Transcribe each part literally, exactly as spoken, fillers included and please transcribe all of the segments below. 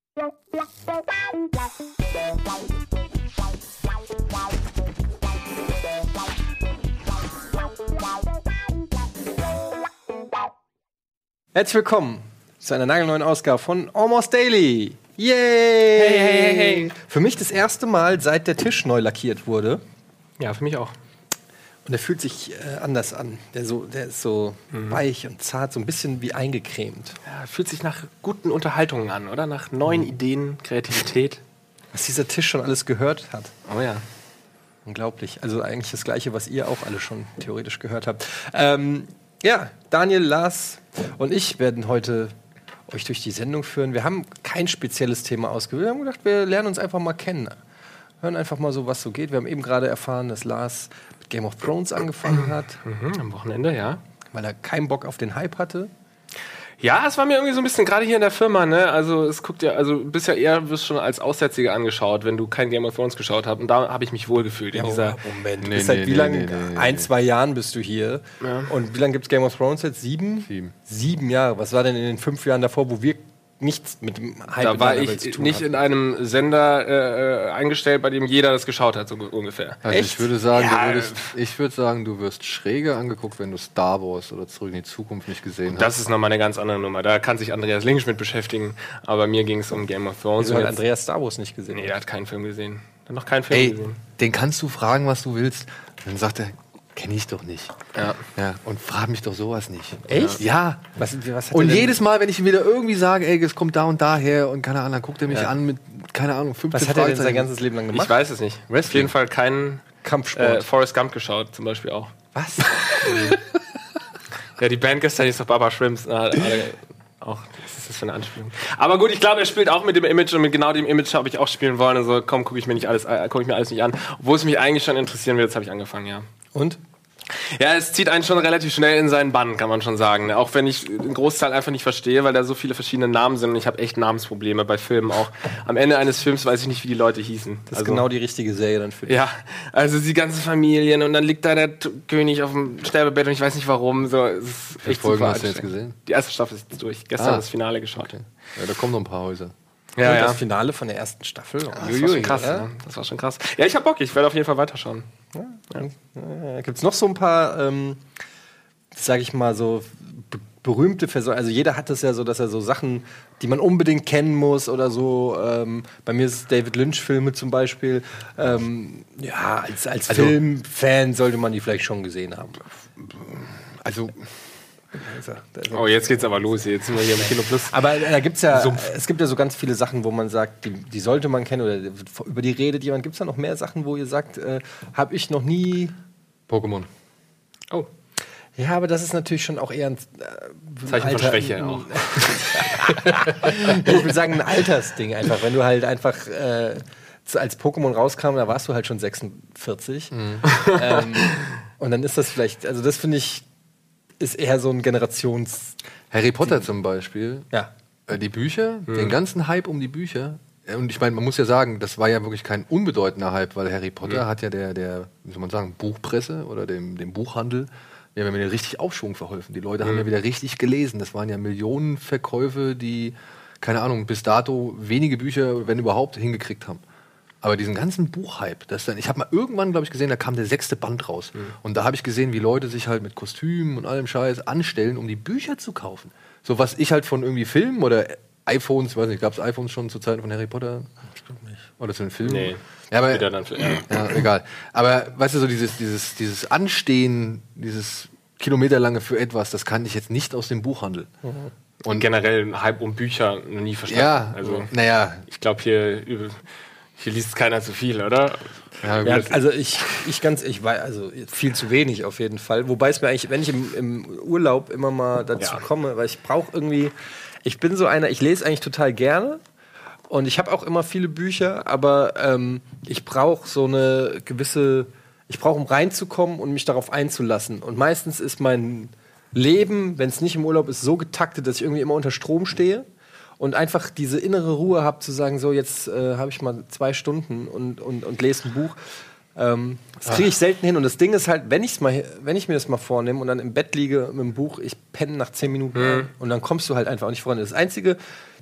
Herzlich willkommen zu einer nagelneuen Ausgabe von Almost Daily. Yay! Hey, hey, hey, hey. Für mich das erste Mal, seit der Tisch neu lackiert wurde. Ja, für mich auch. Und der fühlt sich äh, anders an. Der, so, der ist so mhm. weich und zart, so ein bisschen wie eingecremt. Ja, fühlt sich nach guten Unterhaltungen an, oder? Nach neuen mhm. Ideen, Kreativität. Was dieser Tisch schon alles gehört hat. Oh ja. Unglaublich. Also eigentlich das Gleiche, was ihr auch alle schon theoretisch gehört habt. Ähm, ja, Daniel, Lars und ich werden heute euch durch die Sendung führen. Wir haben kein spezielles Thema ausgewählt. Wir haben gedacht, wir lernen uns einfach mal kennen. Hören einfach mal so, was so geht. Wir haben eben gerade erfahren, dass Lars mit Game of Thrones angefangen hat. Mhm, am Wochenende, ja. Weil er keinen Bock auf den Hype hatte. Ja, es war mir irgendwie so ein bisschen, gerade hier in der Firma, ne, also es guckt ja, also du bist ja eher, wirst schon als Aussätzige angeschaut, wenn du kein Game of Thrones geschaut hast. Und da habe ich mich wohlgefühlt in ja, dieser... Moment, du nee, bist seit nee, wie nee, lange? nee, nee, Ein, nee. zwei Jahren bist du hier. Ja. Und wie lange gibt es Game of Thrones jetzt? Sieben? Sieben. Sieben Jahre. Was war denn in den fünf Jahren davor, wo wir nichts mit dem Hype Da war in der Welt zu ich tun nicht hatten? in einem Sender äh, eingestellt, bei dem jeder das geschaut hat, so ungefähr. Also Echt? ich würde sagen, Ja, du würdest, ich würde sagen, du wirst schräger angeguckt, wenn du Star Wars oder Zurück in die Zukunft nicht gesehen hast. Das ist nochmal eine ganz andere Nummer. Da kann sich Andreas Links mit beschäftigen. Aber mir ging es um Game of Thrones. Wieso Und hat jetzt- Andreas Star Wars nicht gesehen? Nee, der hat keinen Film gesehen. Der hat noch keinen Film Ey, gesehen. den kannst du fragen, was du willst. Dann sagt er, kenne ich doch nicht. Ja. Ja, und frag mich doch sowas nicht. Echt? Ja. Was, was hat Und er denn- jedes Mal, wenn ich ihm wieder irgendwie sage, ey, es kommt da und daher und keine Ahnung, dann guckt er mich Ja. an mit, keine Ahnung, fünfzehn Was hat er denn sein Fragezeichen. ganzes Leben lang gemacht? Ich weiß es nicht. Auf Wrestling. jeden Fall keinen Kampfsport. äh, Forrest Gump geschaut, zum Beispiel auch. Was? Ja, die Band gestern ist doch Baba Shrimps. Na, alle, auch, was ist das für eine Anspielung? Aber gut, ich glaube, er spielt auch mit dem Image und mit genau dem Image habe ich auch spielen wollen. Und so, komm, gucke ich mir nicht alles, äh, guck ich mir alles nicht an. Obwohl es mich eigentlich schon interessieren will, jetzt habe ich angefangen, ja. Und? Ja, es zieht einen schon relativ schnell in seinen Bann, kann man schon sagen. ne? Auch wenn ich einen Großteil einfach nicht verstehe, weil da so viele verschiedene Namen sind. Und ich habe echt Namensprobleme bei Filmen auch. Am Ende eines Films weiß ich nicht, wie die Leute hießen. Das ist genau die richtige Serie dann für dich. Ja, also die ganzen Familien und dann liegt da der T- König auf dem Sterbebett und ich weiß nicht warum. So, es ist Wie echt viele Folgen super hast du jetzt anstrengend. gesehen? Die erste Staffel ist jetzt durch. Gestern Ah. das Finale geschaut. Ja, da kommen noch ein paar Häuser. Ja, Und ja. das Finale von der ersten Staffel. Oh, Das war schon krass, ja? ne? Das war schon krass. Ja, ich hab Bock, ich werde auf jeden Fall weiterschauen. Ja, Gibt es noch so ein paar, ähm, sag ich mal, so b- berühmte Personen? Also jeder hat es ja so, dass er so Sachen, die man unbedingt kennen muss oder so. Ähm, bei mir ist es David Lynch-Filme zum Beispiel. Ähm, ja, als, als Also- Filmfan sollte man die vielleicht schon gesehen haben. Also, Also, da ist er- Oh, jetzt geht's aber los. Jetzt sind wir hier im Kino Plus. Aber äh, da gibt's ja, Sumpf. es gibt ja so ganz viele Sachen, wo man sagt, die, die sollte man kennen oder über die redet jemand. Gibt es da noch mehr Sachen, wo ihr sagt, äh, habe ich noch nie... Pokémon. Oh, Ja, aber das ist natürlich schon auch eher ein äh, Zeichen von Alter- Schwäche auch. Ich würde sagen, ein Altersding einfach. Wenn du halt einfach äh, zu- als Pokémon rauskam, da warst du halt schon sechsundvierzig. Ähm, und dann ist das vielleicht, also das finde ich, ist eher so ein Generations... Harry Potter zum Beispiel. Ja. Äh, Die Bücher, den ganzen Hype um die Bücher. Äh, Und ich meine, man muss ja sagen, das war ja wirklich kein unbedeutender Hype, weil Harry Potter hat ja der, der, wie soll man sagen, Buchpresse oder dem, dem Buchhandel, wir haben ja wieder richtig Aufschwung verholfen. Die Leute haben ja wieder richtig gelesen. Das waren ja Millionen Verkäufe, die, keine Ahnung, bis dato wenige Bücher, wenn überhaupt, hingekriegt haben. Aber diesen ganzen Buchhype, das dann, ich habe mal irgendwann, glaube ich, gesehen, da kam der sechste Band raus. Und da habe ich gesehen, wie Leute sich halt mit Kostümen und allem Scheiß anstellen, um die Bücher zu kaufen. So was ich halt von irgendwie Filmen oder iPhones, weiß nicht, gab es iPhones schon zur Zeit von Harry Potter? Stimmt nicht. Oder zu den Filmen? Nee. Ja, aber, Wieder dann für, ja. ja, egal. Aber weißt du, so dieses, dieses, dieses Anstehen, dieses kilometerlange für etwas, das kannte ich jetzt nicht aus dem Buchhandel. Und generell ein Hype um Bücher noch nie verstanden. Ja, Also, naja. ich glaube, hier, hier liest keiner zu viel, oder? Ja, Ja, gut. also ich, ich ganz, ich weiß, also viel zu wenig auf jeden Fall. Wobei es mir eigentlich, wenn ich im, im Urlaub immer mal dazu Ja. komme, weil ich brauche irgendwie, ich bin so einer, ich lese eigentlich total gerne und ich habe auch immer viele Bücher, aber ähm, ich brauche so eine gewisse, ich brauche, um reinzukommen und mich darauf einzulassen. Und meistens ist mein Leben, wenn es nicht im Urlaub ist, so getaktet, dass ich irgendwie immer unter Strom stehe. Und einfach diese innere Ruhe habe, zu sagen, so jetzt äh, habe ich mal zwei Stunden und, und, und lese ein Buch. Ähm, das kriege ich selten hin. Und das Ding ist halt, wenn, ich's mal, wenn ich mir das mal vornehme und dann im Bett liege mit dem Buch, ich penne nach zehn Minuten ein. Und dann kommst du halt einfach auch nicht voran. Das Einzige, die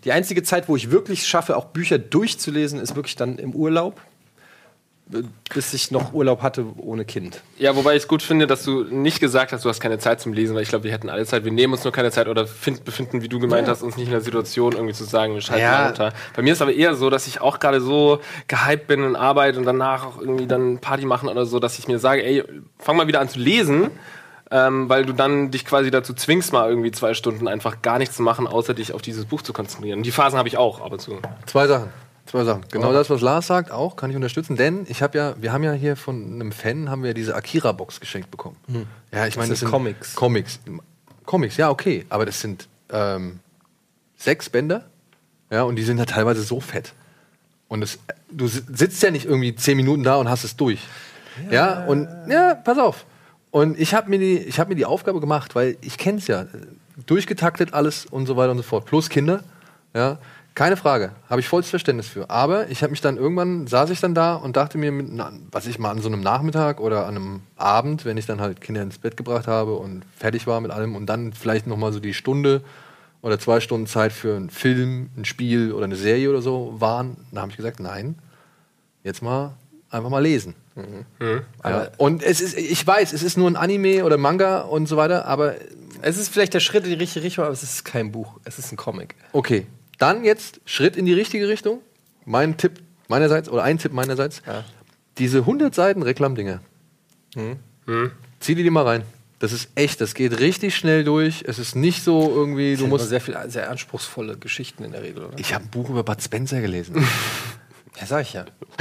Die einzige Zeit, wo ich wirklich schaffe, auch Bücher durchzulesen, ist wirklich dann im Urlaub. Bis ich noch Urlaub hatte ohne Kind. Ja, wobei ich es gut finde, dass du nicht gesagt hast, du hast keine Zeit zum Lesen, weil ich glaube, wir hätten alle Zeit, wir nehmen uns nur keine Zeit oder find, befinden, wie du gemeint ja. hast, uns nicht in der Situation, irgendwie zu sagen, wir schalten ja. mal runter. Bei mir ist aber eher so, dass ich auch gerade so gehypt bin in Arbeit und danach auch irgendwie dann Party machen oder so, dass ich mir sage, ey, fang mal wieder an zu lesen, ähm, weil du dann dich quasi dazu zwingst, mal irgendwie zwei Stunden einfach gar nichts zu machen, außer dich auf dieses Buch zu konzentrieren. Und die Phasen habe ich auch ab und zu. Zwei Sachen. Zwei Sachen. Genau oh. das, was Lars sagt, auch kann ich unterstützen, denn ich habe ja, wir haben ja hier von einem Fan haben wir diese Akira-Box geschenkt bekommen. Hm. Ja, ich meine, das, das sind Comics. Comics. Comics, ja, okay, aber das sind ähm, sechs Bänder, ja, und die sind ja teilweise so fett. Und das, du sitzt ja nicht irgendwie zehn Minuten da und hast es durch. Ja, ja und ja, pass auf. Und ich habe mir die, ich habe mir die Aufgabe gemacht, weil ich kenne es ja, durchgetaktet alles und so weiter und so fort. Plus Kinder, ja. Keine Frage, habe ich volles Verständnis für. Aber ich habe mich dann irgendwann, saß ich dann da und dachte mir, mit, na, was ich mal an so einem Nachmittag oder an einem Abend, wenn ich dann halt Kinder ins Bett gebracht habe und fertig war mit allem und dann vielleicht nochmal so die Stunde oder zwei Stunden Zeit für einen Film, ein Spiel oder eine Serie oder so waren, dann habe ich gesagt, nein, jetzt mal einfach mal lesen. Mhm. Mhm. Ja. Und es ist, ich weiß, es ist nur ein Anime oder Manga und so weiter, aber es ist vielleicht der Schritt in die richtige Richtung, aber es ist kein Buch, es ist ein Comic. Okay. Dann jetzt Schritt in die richtige Richtung. Mein Tipp meinerseits, oder ein Tipp meinerseits. Ja. Diese hundert Seiten Reklamdinger. Hm. Hm. Zieh die dir mal rein. Das ist echt, das geht richtig schnell durch. Es ist nicht so irgendwie, das du musst... sehr viel, sehr anspruchsvolle Geschichten in der Regel, oder? Ich habe ein Buch über Bud Spencer gelesen. Ja, sag ich ja.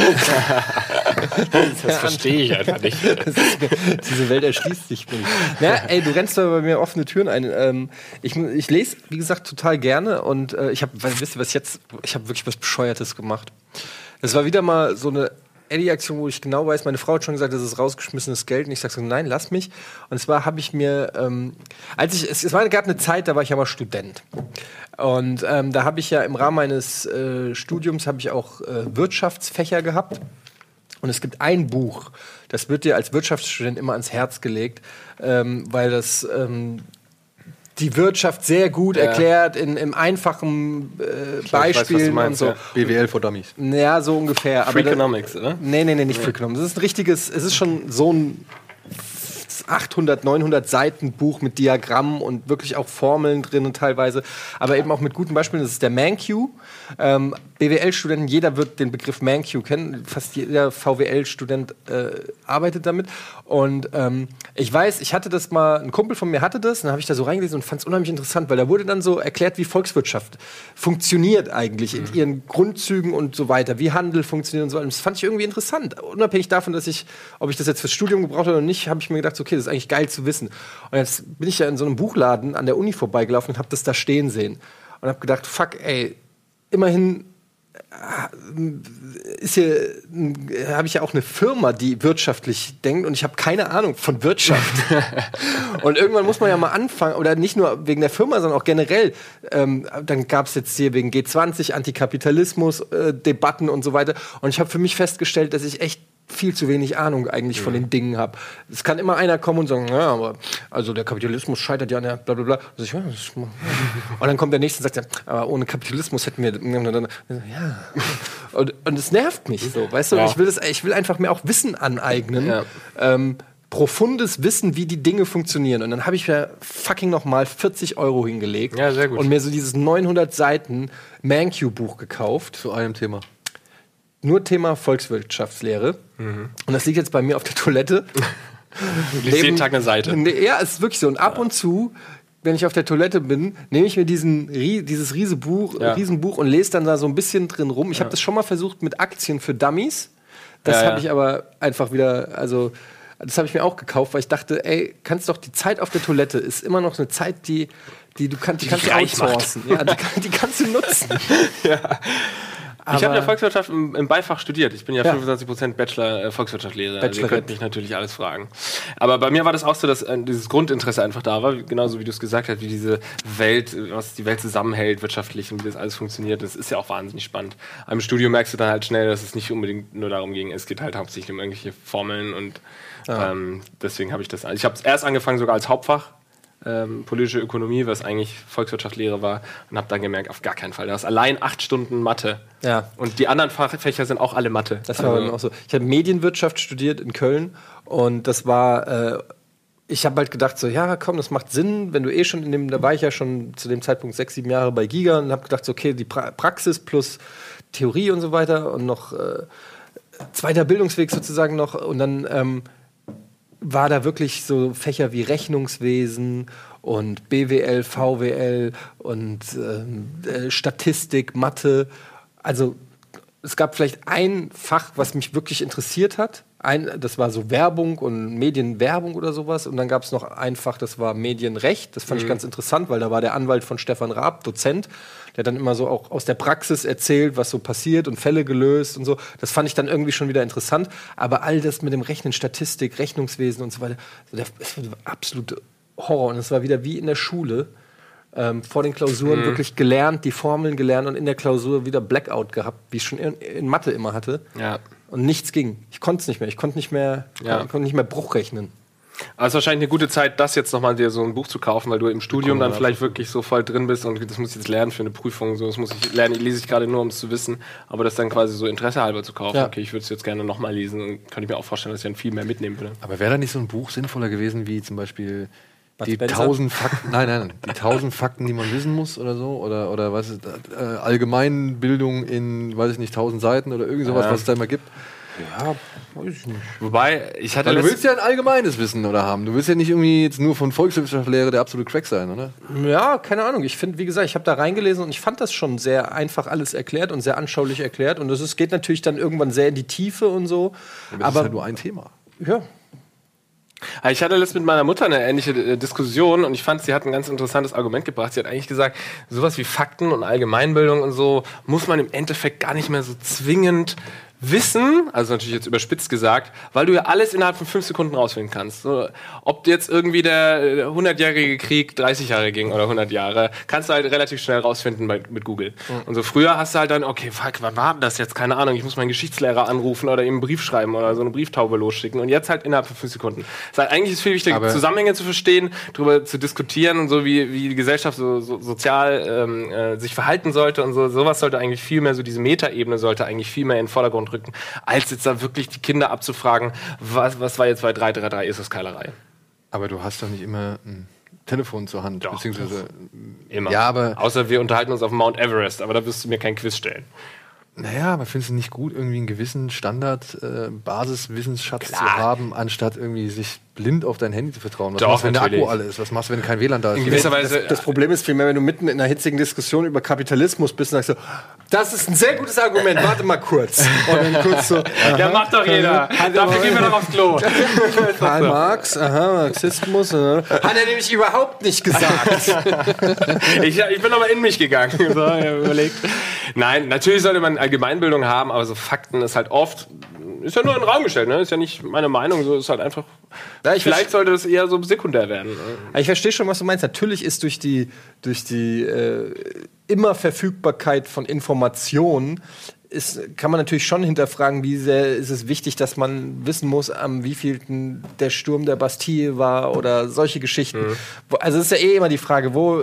Das verstehe ich einfach nicht. Ist, diese Welt erschließt sich mir nicht. Ja, ey, du rennst da bei mir offene Türen ein. Ähm, ich, ich lese, wie gesagt, total gerne und äh, ich habe, wisst ihr, was jetzt, ich habe wirklich was Bescheuertes gemacht. Es war wieder mal so eine Eddie-Aktion, wo ich genau weiß, meine Frau hat schon gesagt, das ist rausgeschmissenes Geld und ich sag so, nein, lass mich. Und zwar habe ich mir, ähm, als ich, es, es war, gab eine Zeit, da war ich ja mal Student. Und ähm, da habe ich ja im Rahmen meines äh, Studiums habe ich auch äh, Wirtschaftsfächer gehabt. Und es gibt ein Buch, das wird dir als Wirtschaftsstudent immer ans Herz gelegt, ähm, weil das ähm, die Wirtschaft sehr gut ja. erklärt, in, in einfachen äh, Beispielen meinst, und so. Ja. B W L for Dummies. Ja, so ungefähr. Freakonomics, oder? Nee, nee, nee, nicht nee. Freakonomics. Es ist ein richtiges, es ist schon so ein achthundert, neunhundert Seiten Buch mit Diagrammen und wirklich auch Formeln drin und teilweise, aber eben auch mit guten Beispielen. Das ist der ManQ. Ähm, B W L-Studenten, jeder wird den Begriff ManQ kennen. Fast jeder V W L-Student äh, arbeitet damit. Und ähm, ich weiß, ich hatte das mal, ein Kumpel von mir hatte das, dann habe ich da so reingelesen und fand es unheimlich interessant, weil da wurde dann so erklärt, wie Volkswirtschaft funktioniert eigentlich mhm. in ihren Grundzügen und so weiter, wie Handel funktioniert und so weiter. Und das fand ich irgendwie interessant. Unabhängig davon, dass ich, ob ich das jetzt fürs Studium gebraucht habe oder nicht, habe ich mir gedacht, so, okay, das ist eigentlich geil zu wissen. Und jetzt bin ich ja in so einem Buchladen an der Uni vorbeigelaufen und habe das da stehen sehen. Und habe gedacht, fuck, ey, immerhin ist hier, habe ich ja auch eine Firma, die wirtschaftlich denkt und ich habe keine Ahnung von Wirtschaft. Und irgendwann muss man ja mal anfangen, oder nicht nur wegen der Firma, sondern auch generell. Ähm, dann gab es jetzt hier wegen G zwanzig, Antikapitalismus, äh, Debatten und so weiter. Und ich habe für mich festgestellt, dass ich echt viel zu wenig Ahnung eigentlich mhm. von den Dingen habe. Es kann immer einer kommen und sagen, ja, aber also der Kapitalismus scheitert ja an der blablabla. Und, ich, ja, und dann kommt der Nächste und sagt, ja, aber ohne Kapitalismus hätten wir... Ja. Und, und es nervt mich so, weißt du? Ja. Ich will das, ich will einfach mir auch Wissen aneignen. Ja. Ähm, profundes Wissen, wie die Dinge funktionieren. Und dann habe ich mir fucking nochmal vierzig Euro hingelegt ja, sehr gut. und mir so dieses neunhundert Seiten ManQ-Buch gekauft. Zu einem Thema. Nur Thema Volkswirtschaftslehre. Mhm. Und das liegt jetzt bei mir auf der Toilette. Du liest jeden Tag eine Seite. Ja, es ist wirklich so. Und ab ja. und zu, wenn ich auf der Toilette bin, nehme ich mir diesen, dieses Riesenbuch, ja. Riesenbuch und lese dann da so ein bisschen drin rum. Ich ja. habe das schon mal versucht mit Aktien für Dummies. Das ja, habe ja. ich aber einfach wieder, also das habe ich mir auch gekauft, weil ich dachte, ey, kannst doch, die Zeit auf der Toilette ist immer noch eine Zeit, die, die du kann, die, die kannst du outsourcen. Ja, die, die kannst du nutzen. Ja. Aber ich habe ja Volkswirtschaft im, im Beifach studiert. Ich bin ja, ja. fünfundzwanzig Prozent Bachelor äh, Volkswirtschaftslehrer. Also ihr könnt mich natürlich alles fragen. Aber bei mir war das auch so, dass äh, dieses Grundinteresse einfach da war. Genauso wie du es gesagt hast, wie diese Welt, was die Welt zusammenhält wirtschaftlich und wie das alles funktioniert. Das ist ja auch wahnsinnig spannend. Im Studium merkst du dann halt schnell, dass es nicht unbedingt nur darum ging. Es geht halt hauptsächlich um irgendwelche Formeln und ja. ähm, deswegen habe ich das... Ich habe es erst angefangen sogar als Hauptfach. ähm, politische Ökonomie, was eigentlich Volkswirtschaftslehre war, und habe dann gemerkt, auf gar keinen Fall. Da ist allein acht Stunden Mathe. Ja. Und die anderen Fachfächer sind auch alle Mathe. Das war also, auch so. Ich habe Medienwirtschaft studiert in Köln und das war, äh, ich habe halt gedacht so, ja komm, das macht Sinn, wenn du eh schon in dem, da war ich ja schon zu dem Zeitpunkt sechs, sieben Jahre bei Giga und habe gedacht so, okay, die pra- Praxis plus Theorie und so weiter und noch äh, zweiter Bildungsweg sozusagen noch und dann ähm, war da wirklich so Fächer wie Rechnungswesen und B W L, V W L und äh, Statistik, Mathe. Also es gab vielleicht ein Fach, was mich wirklich interessiert hat. Ein, das war so Werbung und Medienwerbung oder sowas. Und dann gab es noch ein Fach, das war Medienrecht. Das fand mhm. ich ganz interessant, weil da war der Anwalt von Stefan Raab, Dozent, der dann immer so auch aus der Praxis erzählt, was so passiert und Fälle gelöst und so. Das fand ich dann irgendwie schon wieder interessant. Aber all das mit dem Rechnen, Statistik, Rechnungswesen und so weiter, so der, das war absolute Horror. Und es war wieder wie in der Schule. Ähm, vor den Klausuren mhm. wirklich gelernt, die Formeln gelernt und in der Klausur wieder Blackout gehabt, wie ich schon in, in Mathe immer hatte. Ja. Und nichts ging. Ich konnte es nicht mehr. Ich konnte nicht mehr, ja. konnte nicht mehr Bruch rechnen. Aber es ist wahrscheinlich eine gute Zeit, das jetzt nochmal dir so ein Buch zu kaufen, weil du im Studium dann vielleicht wirklich so voll drin bist und das muss ich jetzt lernen für eine Prüfung. So, das muss ich lernen, lese ich gerade nur, um es zu wissen. Aber das dann quasi so Interesse halber zu kaufen. Ja. Okay, ich würde es jetzt gerne nochmal lesen und kann ich mir auch vorstellen, dass ich dann viel mehr mitnehmen würde. Aber wäre da nicht so ein Buch sinnvoller gewesen, wie zum Beispiel die tausend Fakten, nein, nein, die tausend Fakten, die man wissen muss oder so, oder oder was ist äh, Allgemeinbildung in, weiß ich nicht, tausend Seiten oder irgend sowas, ja. was es da immer gibt. Ja, weiß ich nicht. Wobei, ich hatte. Weil du willst ja ein allgemeines Wissen oder haben. Du willst ja nicht irgendwie jetzt nur von Volkswirtschaftslehre der absolute Crack sein, oder? Ja, keine Ahnung. Ich finde, wie gesagt, ich habe da reingelesen und ich fand das schon sehr einfach alles erklärt und sehr anschaulich erklärt. Und es geht natürlich dann irgendwann sehr in die Tiefe und so. Ja, aber das ist halt nur ein Thema. Ja. Ich hatte letztens mit meiner Mutter eine ähnliche äh, Diskussion und ich fand, sie hat ein ganz interessantes Argument gebracht. Sie hat eigentlich gesagt, sowas wie Fakten und Allgemeinbildung und so muss man im Endeffekt gar nicht mehr so zwingend wissen, also natürlich jetzt überspitzt gesagt, weil du ja alles innerhalb von fünf Sekunden rausfinden kannst. So, ob jetzt irgendwie der hundertjährige Krieg dreißig Jahre ging oder hundert Jahre, kannst du halt relativ schnell rausfinden bei, mit Google. Mhm. Und so früher hast du halt dann, okay, fuck, wann war das jetzt? Keine Ahnung, ich muss meinen Geschichtslehrer anrufen oder ihm einen Brief schreiben oder so eine Brieftaube losschicken und jetzt halt innerhalb von fünf Sekunden. Das heißt, eigentlich ist es viel wichtiger, aber Zusammenhänge zu verstehen, darüber zu diskutieren und so, wie, wie die Gesellschaft so, so sozial ähm, äh, sich verhalten sollte und so. Sowas sollte eigentlich viel mehr, so diese Metaebene sollte eigentlich viel mehr in den Vordergrund rücken, als jetzt da wirklich die Kinder abzufragen, was, was war jetzt bei drei drei drei, ist das Keilerei. Aber du hast doch nicht immer ein Telefon zur Hand, doch, beziehungsweise immer. Ja, aber außer wir unterhalten uns auf Mount Everest, aber da wirst du mir kein Quiz stellen. Naja, aber findest du nicht gut, irgendwie einen gewissen Standard-Basiswissensschatz äh, zu haben, anstatt irgendwie sich blind auf dein Handy zu vertrauen? Was Doch, machst du, wenn natürlich. der Akku alle ist? Was machst du, wenn kein W L A N da ist? In gewisser Weise, das, das Problem ist vielmehr, wenn du mitten in einer hitzigen Diskussion über Kapitalismus bist und sagst so, das ist ein sehr gutes Argument, warte mal kurz. Und dann kurz so, ja, macht doch jeder. Dafür gehen wir doch aufs Klo. Karl Marx, aha, Marxismus. Aha. Hat er nämlich überhaupt nicht gesagt. ich, ich bin aber in mich gegangen. So, überlegt. Nein, natürlich sollte man Allgemeinbildung haben, aber so Fakten ist halt oft, ist ja nur in den Raum gestellt, ne? Ist ja nicht meine Meinung, so ist halt einfach. Ja, ich vielleicht sollte das eher so sekundär werden. Ich verstehe schon, was du meinst. Natürlich ist durch die, durch die äh, Immerverfügbarkeit von Informationen ist, kann man natürlich schon hinterfragen, wie sehr ist es wichtig, dass man wissen muss, am wievielten der Sturm der Bastille war oder solche Geschichten. Mhm. Also es ist ja eh immer die Frage, wo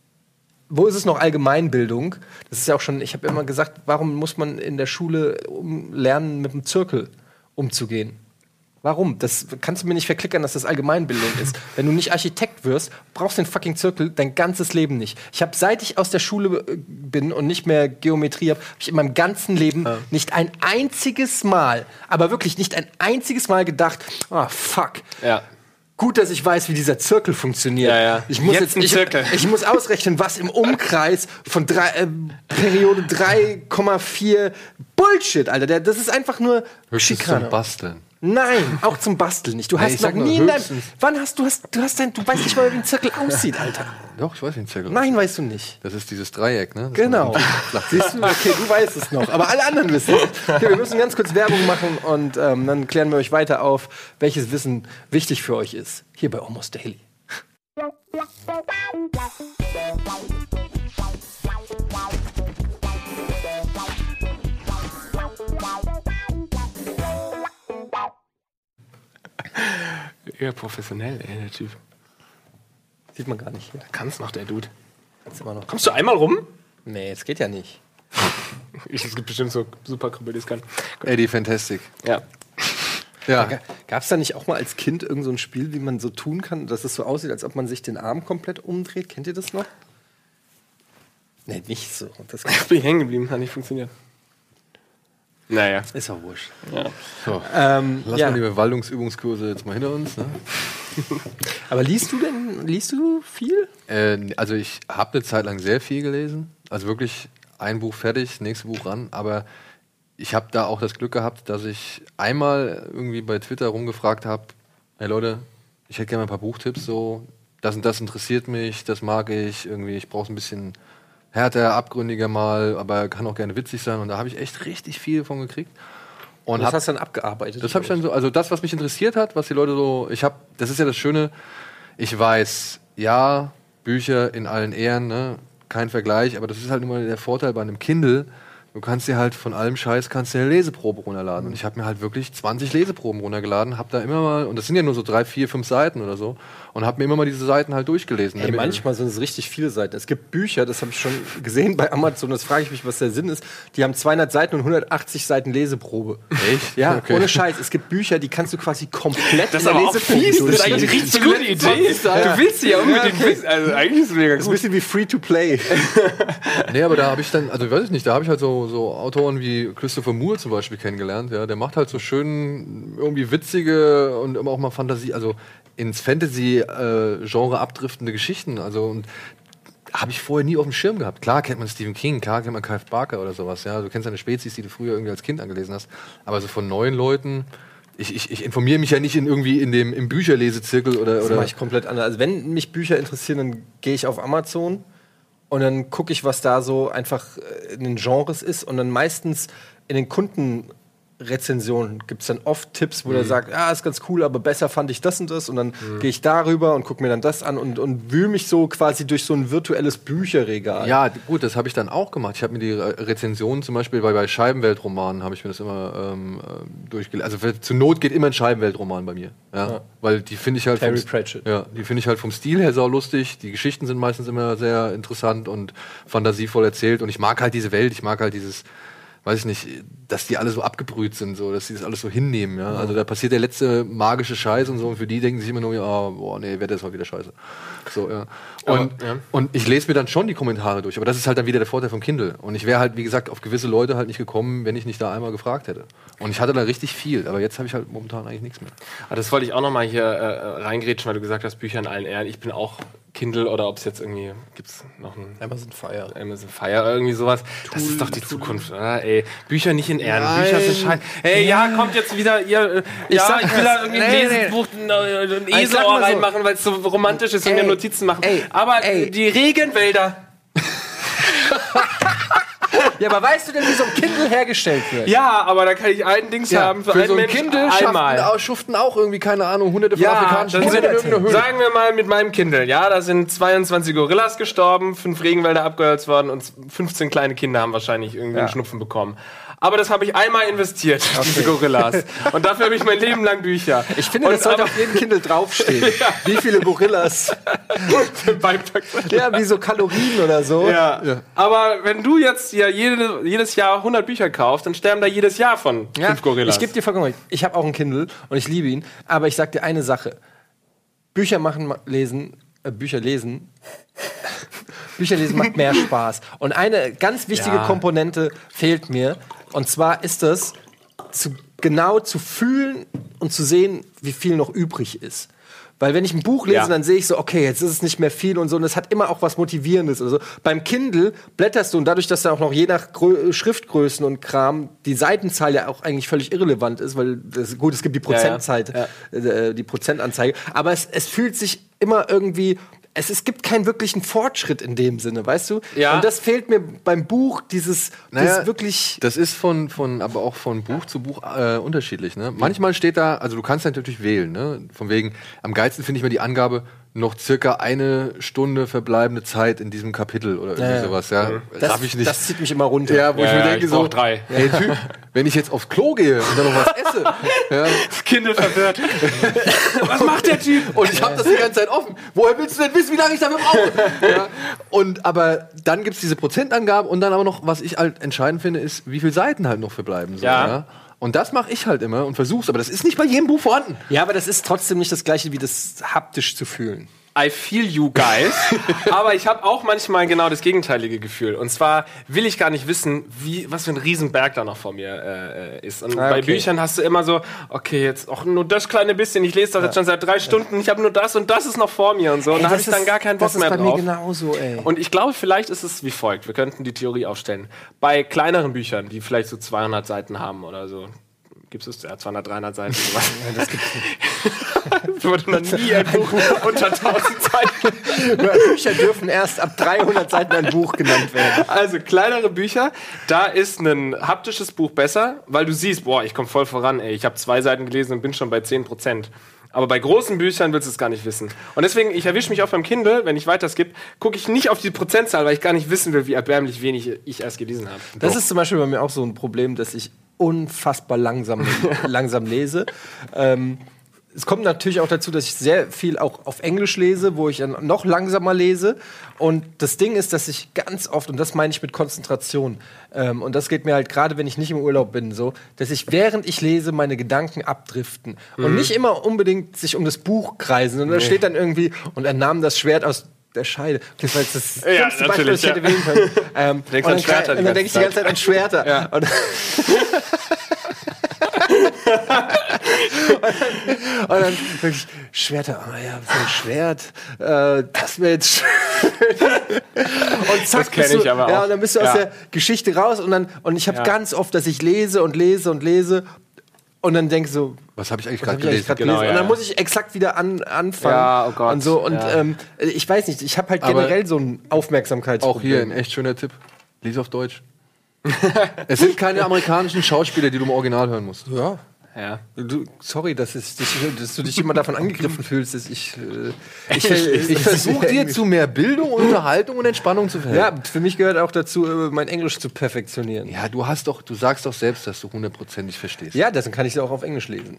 Wo ist es noch Allgemeinbildung? Das ist ja auch schon, ich habe immer gesagt, warum muss man in der Schule um, lernen, mit dem Zirkel umzugehen? Warum? Das kannst du mir nicht verklickern, dass das Allgemeinbildung ist. Wenn du nicht Architekt wirst, brauchst du den fucking Zirkel dein ganzes Leben nicht. Ich habe, seit ich aus der Schule bin und nicht mehr Geometrie habe, habe ich in meinem ganzen Leben ja. nicht ein einziges Mal, aber wirklich nicht ein einziges Mal gedacht, ah, oh, fuck. Ja. Gut, dass ich weiß, wie dieser Zirkel funktioniert. Ja, ja. Ich muss jetzt, jetzt ich, ich muss ausrechnen, was im Umkreis von drei, äh, Periode drei Komma vier Bullshit, Alter. Der, das ist einfach nur Schikane. Zum Basteln. Nein, auch zum Basteln nicht. Du hast nee, noch nie in deinem, wann hast du hast du hast dein, du weißt nicht mal, wie ein Zirkel aussieht, Alter. Doch, ich weiß, wie ein Zirkel Nein, weißt du nicht. Das ist dieses Dreieck, ne? Das genau. Siehst du, okay, du weißt es noch, aber alle anderen wissen es. Okay, wir müssen ganz kurz Werbung machen und ähm, dann klären wir euch weiter auf, welches Wissen wichtig für euch ist. Hier bei Almost Daily. Eher professionell, ey, der Typ. Sieht man gar nicht hier. Kannst noch, der Dude. Kannst immer noch. Kommst du einmal rum? Nee, das geht ja nicht. Ich, es gibt bestimmt so super Krüppel, die es kann. Eddie Fantastic. Ja. Ja. Gab es da nicht auch mal als Kind irgend so ein Spiel, wie man so tun kann, dass es so aussieht, als ob man sich den Arm komplett umdreht? Kennt ihr das noch? Nee, nicht so. Das Ich bin hängen geblieben, hat nicht funktioniert. Naja. ist auch wurscht. Ja. So. Ähm, Lass ja. mal die Bewaldungsübungskurse jetzt mal hinter uns. Ne? Aber liest du denn, liest du viel? Äh, also ich habe eine Zeit lang sehr viel gelesen. Also wirklich ein Buch fertig, nächstes Buch ran. Aber ich habe da auch das Glück gehabt, dass ich einmal irgendwie bei Twitter rumgefragt habe, hey Leute, ich hätte gerne mal ein paar Buchtipps, so, das und das interessiert mich, das mag ich, irgendwie, ich brauche es ein bisschen härter, abgründiger mal, aber kann auch gerne witzig sein. Und da habe ich echt richtig viel davon gekriegt. Und Das hab, hast du dann abgearbeitet. das habe ich dann so, also das, was mich interessiert hat, was die Leute so, ich habe, das ist ja das Schöne, ich weiß, ja, Bücher in allen Ehren, ne, kein Vergleich, aber das ist halt immer der Vorteil bei einem Kindle. Du kannst dir halt von allem Scheiß kannst dir eine Leseprobe runterladen. Und ich habe mir halt wirklich zwanzig Leseproben runtergeladen, habe da immer mal, und das sind ja nur so drei, vier, fünf Seiten oder so, und habe mir immer mal diese Seiten halt durchgelesen. Ey, manchmal sind es richtig viele Seiten. Es gibt Bücher, das habe ich schon gesehen bei Amazon, das frage ich mich, was der Sinn ist. Die haben zweihundert Seiten und hundertachtzig Seiten Leseprobe. Echt? Ja, Okay. ohne Scheiß. Es gibt Bücher, die kannst du quasi komplett Das ist in der aber auch Leseprobe fies. Das ist eigentlich eine durchlesen. richtig gute Idee. Ja. Du willst sie ja unbedingt Ja, okay. wissen. Also eigentlich ist es mega Das ist ein gut. bisschen wie Free-to-Play. Nee, aber da habe ich dann, also weiß ich nicht, da habe ich halt so, so Autoren wie Christopher Moore zum Beispiel kennengelernt. Ja, der macht halt so schön irgendwie witzige und immer auch mal Fantasie, also ins Fantasy-Genre abdriftende Geschichten. Also und habe ich vorher nie auf dem Schirm gehabt. Klar kennt man Stephen King, klar kennt man Clive Barker oder sowas. Ja, du kennst deine Spezies, die du früher irgendwie als Kind angelesen hast. Aber so von neuen Leuten. Ich, ich, ich informiere mich ja nicht in irgendwie in dem im Bücherlesezirkel oder Das oder. mache ich komplett anders. Also wenn mich Bücher interessieren, dann gehe ich auf Amazon und dann gucke ich, was da so einfach äh, in den Genres ist. Und dann meistens in den Kundenrezensionen gibt es dann oft Tipps, wo der sagt, ja, ist ganz cool, aber besser fand ich das und das. Und dann gehe ich darüber und gucke mir dann das an und, und wühle mich so quasi durch so ein virtuelles Bücherregal. Ja, gut, das habe ich dann auch gemacht. Ich habe mir die Re- Rezensionen zum Beispiel bei, bei Scheibenweltromanen habe ich mir das immer ähm, durchgelesen. Also für, zur Not geht immer ein Scheibenweltroman bei mir, ja, Ja. weil die finde ich halt Terry vom, Pratchett. ja, die finde ich halt vom Stil her sau lustig. Die Geschichten sind meistens immer sehr interessant und fantasievoll erzählt und ich mag halt diese Welt. Ich mag halt dieses, weiß ich nicht, dass die alle so abgebrüht sind, so, dass sie das alles so hinnehmen, ja. Also da passiert der letzte magische Scheiß und so und für die denken sich immer nur, ja, boah, nee, wird das mal wieder scheiße. So, ja. Und, Aber, ja. und ich lese mir dann schon die Kommentare durch, aber das ist halt dann wieder der Vorteil vom Kindle. Und ich wäre halt, wie gesagt, auf gewisse Leute halt nicht gekommen, wenn ich nicht da einmal gefragt hätte. Und ich hatte da richtig viel, aber jetzt habe ich halt momentan eigentlich nichts mehr. Aber das wollte ich auch noch mal hier äh, reingrätschen, weil du gesagt hast, Bücher in allen Ehren. Ich bin auch Kindle oder ob es jetzt irgendwie, gibt's noch ein Amazon Fire. Amazon Fire oder irgendwie sowas. Das ist doch die Zukunft, oder? Ey, Bücher nicht in Ehren. Nein. Bücher sind scheiße. Ey, ja, kommt jetzt wieder ihr. Äh, Ich ja, sag ich will das. da irgendwie ein Nee, nee. Lesebuch, ein, äh, ein Ich sag Eselohr mal so. reinmachen, weil es so romantisch ist und Ey, mir Notizen machen. ey, Aber ey. die Regenwälder. Ja, aber weißt du denn, wie so ein Kindle hergestellt wird? Ja, aber da kann ich ein Dings haben für, für einen so ein Mensch Kindle einmal. schaften, schuften auch irgendwie, keine Ahnung, hunderte von Ja, afrikanischen dann sind, Kindern in irgendeiner Höhle. sagen wir mal mit meinem Kindle, ja, da sind zweiundzwanzig Gorillas gestorben, fünf Regenwälder abgeholzt worden und fünfzehn kleine Kinder haben wahrscheinlich irgendwie einen Schnupfen bekommen. Aber das habe ich einmal investiert, diese Gorillas. Und dafür habe ich mein Leben lang Bücher. Ich finde, und das sollte aber- auf jedem Kindle draufstehen. Wie viele Gorillas? Beipackzettel. Ja, wie so Kalorien oder so. Ja. Aber wenn du jetzt ja jede, jedes Jahr hundert Bücher kaufst, dann sterben da jedes Jahr von Ja, fünf Gorillas. ich gebe dir vollkommen recht. Ich habe auch einen Kindle und ich liebe ihn. Aber ich sag dir eine Sache. Bücher machen, ma- lesen, äh, Bücher lesen. Bücher lesen macht mehr Spaß. Und eine ganz wichtige Ja. Komponente fehlt mir. Und zwar ist das, zu, genau zu fühlen und zu sehen, wie viel noch übrig ist. Weil wenn ich ein Buch lese, Ja. dann sehe ich so, okay, jetzt ist es nicht mehr viel und so. Und es hat immer auch was Motivierendes oder so. Beim Kindle blätterst du und dadurch, dass da auch noch je nach Grö Schriftgrößen und Kram die Seitenzahl ja auch eigentlich völlig irrelevant ist, weil das, gut, es gibt die Prozentzeit, Ja, äh, die Prozentanzeige. Aber es, es fühlt sich immer irgendwie, es, es gibt keinen wirklichen Fortschritt in dem Sinne, weißt du? Ja. Und das fehlt mir beim Buch, dieses, Naja, dieses wirklich. Das ist von, von, aber auch von Buch zu Buch äh, unterschiedlich. Ne? Manchmal steht da, also du kannst natürlich wählen, ne? Von wegen, am geilsten finde ich mir die Angabe, noch circa eine Stunde verbleibende Zeit in diesem Kapitel oder irgendwie Ja, ja. sowas. Ja? Das, Raff ich nicht. das zieht mich immer runter. ja, wo Ja, ich mir ja, denke, ich so, brauch drei. Hey, Typ, wenn ich jetzt aufs Klo gehe und dann noch was esse, ja, Das Kind ist verwirrt. Was macht der Typ? und ich habe das die ganze Zeit offen. Woher willst du denn wissen, wie lange ich dafür brauche? Ja. Und aber dann gibt's diese Prozentangaben und dann aber noch, was ich halt entscheidend finde, ist, wie viele Seiten halt noch verbleiben. So, Ja. ja. Und das mache ich halt immer und versuch's, aber das ist nicht bei jedem Buch vorhanden. Ja, aber das ist trotzdem nicht das Gleiche, wie das haptisch zu fühlen. I feel you guys. Aber ich habe auch manchmal genau das gegenteilige Gefühl. Und zwar will ich gar nicht wissen, wie, was für ein Riesenberg da noch vor mir äh, ist. Und Ah, bei okay. Büchern hast du immer so, okay, jetzt auch nur das kleine bisschen. Ich lese das jetzt schon seit drei Stunden. Ich habe nur das und das ist noch vor mir und so. Und da habe ich dann gar keinen Bock das mehr ist bei drauf. mir genauso, ey. Und ich glaube, vielleicht ist es wie folgt. Wir könnten die Theorie aufstellen. Bei kleineren Büchern, die vielleicht so zweihundert Seiten haben oder so. Gibt es ja zweihundert, dreihundert Seiten? Sowas. Ja, das gibt's nicht. Es wurde noch nie ein Buch unter tausend Seiten. Bücher dürfen erst ab dreihundert Seiten ein Buch genannt werden. Also kleinere Bücher, da ist ein haptisches Buch besser, weil du siehst, boah, ich komme voll voran, ey. Ich habe zwei Seiten gelesen und bin schon bei zehn Prozent. Aber bei großen Büchern willst du es gar nicht wissen. Und deswegen, ich erwische mich auch beim Kindle, wenn ich weiterskippe, gucke ich nicht auf die Prozentzahl, weil ich gar nicht wissen will, wie erbärmlich wenig ich erst gelesen habe. Das ist zum Beispiel bei mir auch so ein Problem, dass ich unfassbar langsam, langsam lese. Ähm, es kommt natürlich auch dazu, dass ich sehr viel auch auf Englisch lese, wo ich dann noch langsamer lese. Und das Ding ist, dass ich ganz oft, und das meine ich mit Konzentration, ähm, und das geht mir halt gerade, wenn ich nicht im Urlaub bin, so, dass ich während ich lese meine Gedanken abdriften. Mhm. Und nicht immer unbedingt sich um das Buch kreisen. Und da steht dann irgendwie, und er nahm das Schwert aus der Scheide. Das war jetzt das Ja, schlimmste Beispiel, das ich hätte natürlich, wählen können. Ähm, denkst und an dann, Schwerter die und dann ganze denke ich die ganze Zeit an Schwerter. Ja. Und, und dann wirklich Schwerter, oh ja, so ein Schwert, äh, das wäre jetzt schön. Und zack, Das kenn bist du, ich aber ja, auch. und dann bist du Ja. aus der Geschichte raus und dann und ich habe Ja. ganz oft, dass ich lese und lese und lese und dann denke so, Was habe ich eigentlich was gerade hab ich eigentlich gelesen? grad Genau, gelesen? ja, Und dann ja. muss ich exakt wieder an, anfangen Ja, oh Gott, und so und ja. ähm, ich weiß nicht, ich habe halt Aber generell so ein Aufmerksamkeitsproblem. Auch hier ein echt schöner Tipp. Lies auf Deutsch. Es sind keine amerikanischen Schauspieler, die du im Original hören musst. Ja. Ja. Du, sorry, dass, ich dich, dass du dich immer davon angegriffen fühlst, dass ich. Äh, ich Ich, ich versuche dir zu mehr Bildung, Unterhaltung und Entspannung zu verhelfen. Ja, für mich gehört auch dazu, äh, mein Englisch zu perfektionieren. Ja, du hast doch, du sagst doch selbst, dass du hundertprozentig verstehst. Ja, deswegen kann ich sie auch auf Englisch lesen.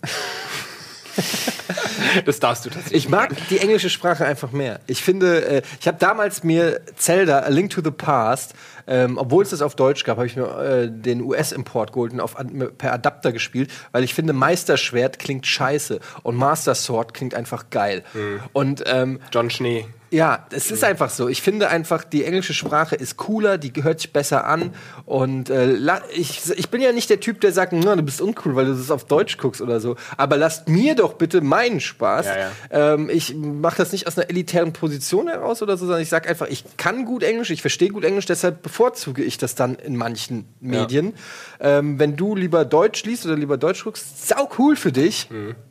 Das darfst du tatsächlich. Ich mag die englische Sprache einfach mehr. Ich finde, äh, ich habe damals mir Zelda, A Link to the Past, ähm, obwohl es das auf Deutsch gab, habe ich mir äh, den U S-Import geholt und auf, per Adapter gespielt, weil ich finde, Meisterschwert klingt scheiße und Master Sword klingt einfach geil. Und ähm, John Schnee. ja, es ist einfach so. Ich finde einfach, die englische Sprache ist cooler, die hört sich besser an. Und äh, la- ich, ich bin ja nicht der Typ, der sagt, na, du bist uncool, weil du das auf Deutsch guckst oder so. Aber lasst mir doch bitte meinen Spaß. Ja, ja. Ähm, ich mache das nicht aus einer elitären Position heraus oder so, sondern ich sage einfach, ich kann gut Englisch, ich verstehe gut Englisch, deshalb bevorzuge ich das dann in manchen Medien. Ähm, wenn du lieber Deutsch liest oder lieber Deutsch guckst, sau cool für dich.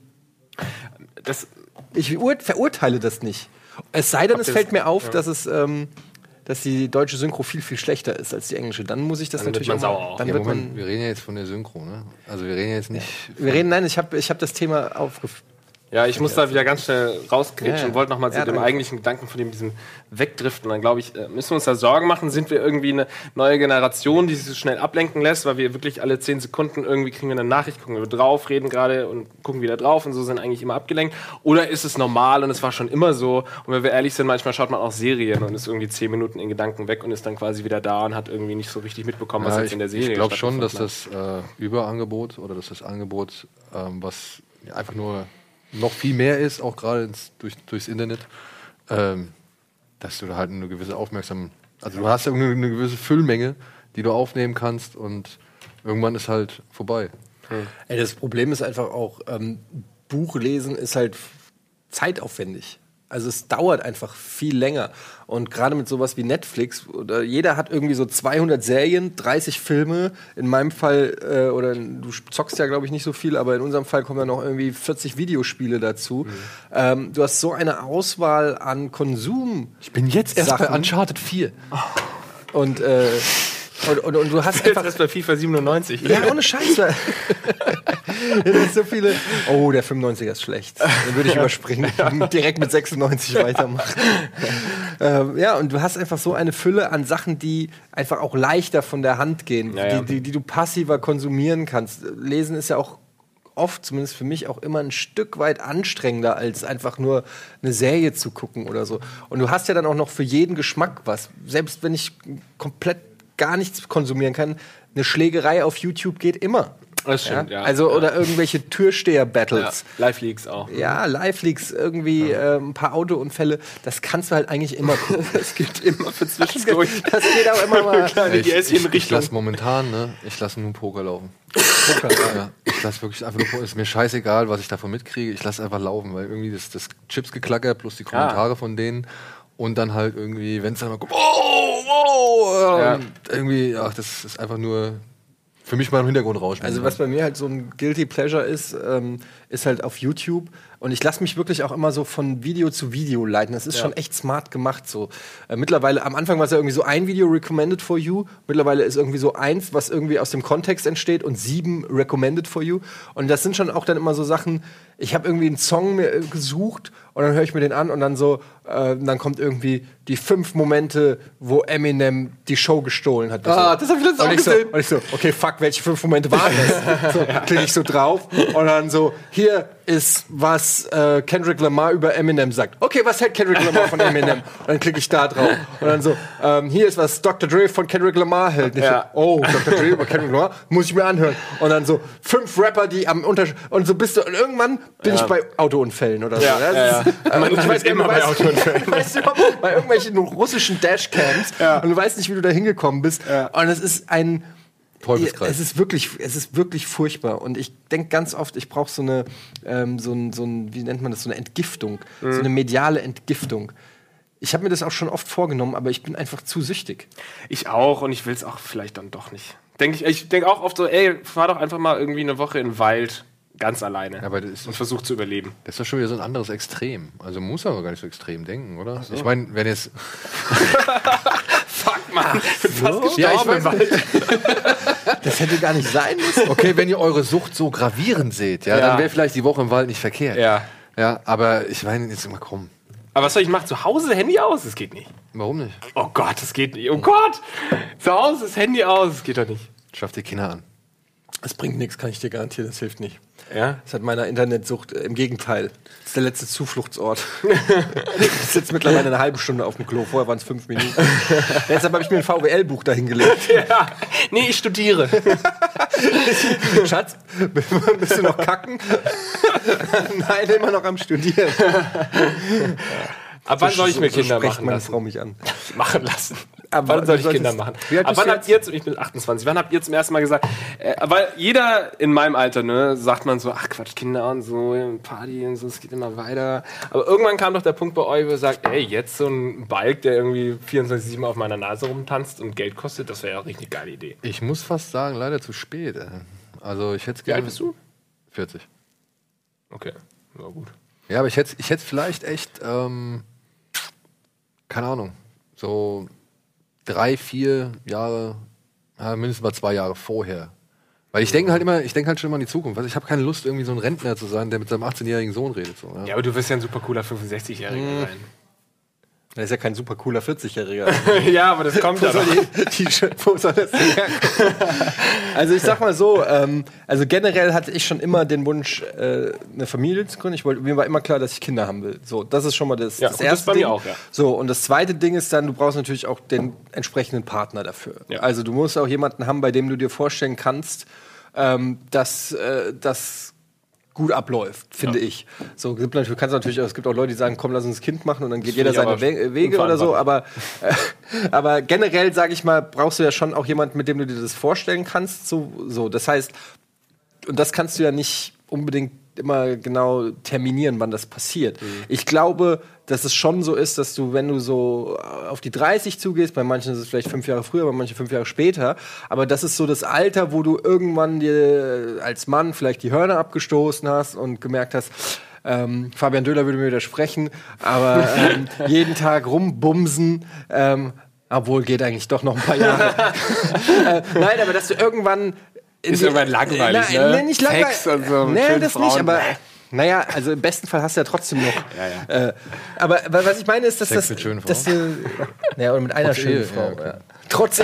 Das, Ich ur- verurteile das nicht. Es sei denn, Habt es ihr fällt das- mir auf, ja. dass es, ähm, dass die deutsche Synchro viel, viel schlechter ist als die englische. Dann muss ich das Dann wird natürlich man auch sauer mal- auch. Dann Ja, wird Moment, man, wir reden ja jetzt von der Synchro, ne? Also wir reden ja jetzt nicht. wir reden, nein, ich habe ich hab das Thema aufgef... ja, ich muss da wieder ganz schnell rausgrätschen Ja, ja. und wollte nochmal zu Ja, dem danke. eigentlichen Gedanken von dem, diesem Wegdriften. Dann glaube ich, äh, müssen wir uns da Sorgen machen. Sind wir irgendwie eine neue Generation, die sich so schnell ablenken lässt, weil wir wirklich alle zehn Sekunden irgendwie kriegen wir eine Nachricht, gucken wir drauf, reden gerade und gucken wieder drauf und so sind eigentlich immer abgelenkt. Oder ist es normal und es war schon immer so? Und wenn wir ehrlich sind, manchmal schaut man auch Serien und ist irgendwie zehn Minuten in Gedanken weg und ist dann quasi wieder da und hat irgendwie nicht so richtig mitbekommen, was Ja, jetzt ich in der Serie ich glaube schon, dass stattgefunden hat. das äh, Überangebot oder dass das Angebot, ähm, was ja, einfach nur noch viel mehr ist, auch gerade ins- durch, durchs Internet, ähm, dass du da halt eine gewisse Aufmerksamkeit, also du hast ja eine, eine gewisse Füllmenge, die du aufnehmen kannst und irgendwann ist halt vorbei. Ey, das Problem ist einfach auch, ähm, Buchlesen ist halt zeitaufwendig. Also es dauert einfach viel länger. Und gerade mit sowas wie Netflix, oder jeder hat irgendwie so zweihundert Serien, dreißig Filme. In meinem Fall, äh, oder du zockst ja, glaube ich, nicht so viel, aber in unserem Fall kommen ja noch irgendwie vierzig Videospiele dazu. Ähm, du hast so eine Auswahl an Konsum. Ich bin jetzt erst Sachen. bei Uncharted vier. Und äh, Und, und, und du hast einfach das bei FIFA siebenundneunzig. Ja, ohne Scheiß. Das ist so viele. Oh, der fünfundneunziger ist schlecht. Den würde ich überspringen. Direkt mit sechsundneunzig weitermachen. ähm, ja, und du hast einfach so eine Fülle an Sachen, die einfach auch leichter von der Hand gehen, ja, ja. Die, die, die du passiver konsumieren kannst. Lesen ist ja auch oft, zumindest für mich, auch immer ein Stück weit anstrengender, als einfach nur eine Serie zu gucken oder so. Und du hast ja dann auch noch für jeden Geschmack was. Selbst wenn ich komplett gar nichts konsumieren kann, eine Schlägerei auf YouTube geht immer. Das stimmt, ja. ja. Also, ja. oder irgendwelche Türsteher-Battles. Ja. Live-Leaks auch. Ja, Live-Leaks, irgendwie ja. äh, ein paar Autounfälle. Das kannst du halt eigentlich immer gucken. Das gibt immer für zwischendurch. Das geht auch immer mal. Kleine ich ich, ich Richtung. lasse momentan, ne, ich lasse nur Poker laufen. Poker, ja. Ich lasse wirklich einfach nur Poker. Ist mir scheißegal, was ich davon mitkriege. Ich lasse einfach laufen, weil irgendwie das, das Chips-Geklacker plus die Kommentare ah. von denen und dann halt irgendwie, wenn es dann mal kommt, oh, oh, ja. und irgendwie, ach, das ist einfach nur für mich mal im Hintergrund rauschen. Also was bei mir halt so ein Guilty Pleasure ist, ähm, ist halt auf YouTube. Und ich lasse mich wirklich auch immer so von Video zu Video leiten. Das ist ja. schon echt smart gemacht. So. Äh, mittlerweile, am Anfang war es ja irgendwie so ein Video recommended for you. Mittlerweile ist irgendwie so eins, was irgendwie aus dem Kontext entsteht und sieben recommended for you. Und das sind schon auch dann immer so Sachen, ich habe irgendwie einen Song mir äh, gesucht und dann höre ich mir den an und dann so, äh, dann kommt irgendwie die fünf Momente, wo Eminem die Show gestohlen hat. Ah, das habe ich letztens auch gesehen. So, und ich so, okay, fuck, welche fünf Momente waren das? So, klicke ich so drauf und dann so, hier ist, was äh, Kendrick Lamar über Eminem sagt. Okay, was hält Kendrick Lamar von Eminem? Und dann klicke ich da drauf. Und dann so, ähm, hier ist, was Doktor Dre von Kendrick Lamar hält. Und ich Ja. so, oh, Doktor Dre über Kendrick Lamar? Muss ich mir anhören. Und dann so, fünf Rapper, die am Unterschied... Und so bist du... Und irgendwann bin Ja. ich bei Autounfällen oder so. Ja, Das ja, ja. ist, äh, Man und ich weiß immer immer bei bei Autounfällen. Weißt du, bei irgendwelchen russischen Dashcams Ja. und du weißt nicht, wie du da hingekommen bist. Ja. Und es ist ein... Teufelskreis. Es ist wirklich, es ist wirklich furchtbar. Und ich denke ganz oft, ich brauche so eine, ähm, so ein, so ein, wie nennt man das, so eine Entgiftung, mhm. so eine mediale Entgiftung. Ich habe mir das auch schon oft vorgenommen, aber ich bin einfach zu süchtig. Ich auch und ich will es auch vielleicht dann doch nicht. Denk ich ich denke auch oft so, ey, fahr doch einfach mal irgendwie eine Woche in den Wald, ganz alleine. Aber das ist, und versuch zu überleben. Das ist doch schon wieder so ein anderes Extrem. Also muss aber gar nicht so extrem denken, oder? So. Ich meine, wenn jetzt... Fuck, Mann. Ich bin fast So? gestorben Ja, ich im Wald. Das hätte gar nicht sein müssen. Okay, wenn ihr eure Sucht so gravierend seht, ja, Ja. dann wäre vielleicht die Woche im Wald nicht verkehrt. Ja. Ja, aber ich meine, jetzt mal komm. Aber was soll ich machen? Zu Hause Handy aus? Das geht nicht. Warum nicht? Oh Gott, das geht nicht. Oh Gott! Zu Hause das Handy aus, das geht doch nicht. Schaff die Kinder an. Das bringt nichts, kann ich dir garantieren, das hilft nicht. Ja? Das hat meiner Internetsucht äh, im Gegenteil. Das ist der letzte Zufluchtsort. Ich sitze mittlerweile eine halbe Stunde auf dem Klo, vorher waren es fünf Minuten. Deshalb habe ich mir ein V W L-Buch dahingelegt. Ja. Nee, ich studiere. Schatz, bist du noch kacken? Nein, immer noch am Studieren. Ab wann soll ich mir So Kinder spricht machen meine lassen? Frau mich an. Machen lassen. Ab wann wann soll ich solltest- Kinder machen? Wie alt Ab bist wann du habt ihr jetzt, ich bin achtundzwanzig, wann habt ihr zum ersten Mal gesagt, äh, weil jeder in meinem Alter, ne, sagt man so, ach Quatsch, Kinder und so, Party und so, es geht immer weiter. Aber irgendwann kam doch der Punkt bei euch, wo ihr sagt, ey, jetzt so ein Balk, der irgendwie vierundzwanzig sieben auf meiner Nase rumtanzt und Geld kostet, das wäre ja auch richtig geile Idee. Ich muss fast sagen, leider zu spät. ey. Also ich hätte Wie alt bist du? vierzig. Okay, na gut. Ja, aber ich hätte ich hätte vielleicht echt, ähm, keine Ahnung, so drei, vier Jahre, ja, mindestens mal zwei Jahre vorher. Weil ich denke halt immer, ich denke halt schon immer an die Zukunft. Also ich habe keine Lust, irgendwie so ein Rentner zu sein, der mit seinem achtzehnjährigen Sohn redet. So, ja. Ja, aber du wirst ja ein super cooler fünfundsechzigjähriger sein. Er ist ja kein super cooler vierzig-Jähriger. Ja, aber das kommt ja Wo doch. soll, die, die, wo soll das denn herkommen? Also ich sag mal so, ähm, also generell hatte ich schon immer den Wunsch, äh, eine Familie zu gründen. Ich wollte, mir war immer klar, dass ich Kinder haben will. So, das ist schon mal das, Ja, das und das erste bei mir Ding. auch, ja. So, und das zweite Ding ist dann, du brauchst natürlich auch den entsprechenden Partner dafür. Ja. Also du musst auch jemanden haben, bei dem du dir vorstellen kannst, ähm, dass äh, das gut abläuft, finde Ja. ich. So, gibt natürlich, du kannst natürlich auch, es gibt auch Leute, die sagen, komm, lass uns ein Kind machen und dann geht Das jeder finde seine ich aber We Wege oder so, unverantwortlich. aber, äh, aber generell, sage ich mal, brauchst du ja schon auch jemanden, mit dem du dir das vorstellen kannst. So, so. Das heißt, und das kannst du ja nicht unbedingt immer genau terminieren, wann das passiert. Mhm. Ich glaube, dass es schon so ist, dass du, wenn du so auf die dreißig zugehst, bei manchen ist es vielleicht fünf Jahre früher, bei manchen fünf Jahre später, aber das ist so das Alter, wo du irgendwann dir als Mann vielleicht die Hörner abgestoßen hast und gemerkt hast, ähm, Fabian Döhler würde mir widersprechen, aber ähm, jeden Tag rumbumsen, ähm, Obwohl, geht eigentlich doch noch ein paar Jahre. äh, nein, aber dass du irgendwann... Ist irgendwann langweilig, na, ne? Nee, nicht langweilig. Sex und so. Nee, das Frauen. nicht, aber... Naja, also im besten Fall hast du ja trotzdem noch. Ja, ja. Äh, aber aber was ich meine ist, dass Sex das... mit schönen Frauen. Dass du, ja, oder mit einer Trotz schönen Ehe, Frau. ja, okay. Ja. Trotz Ehe.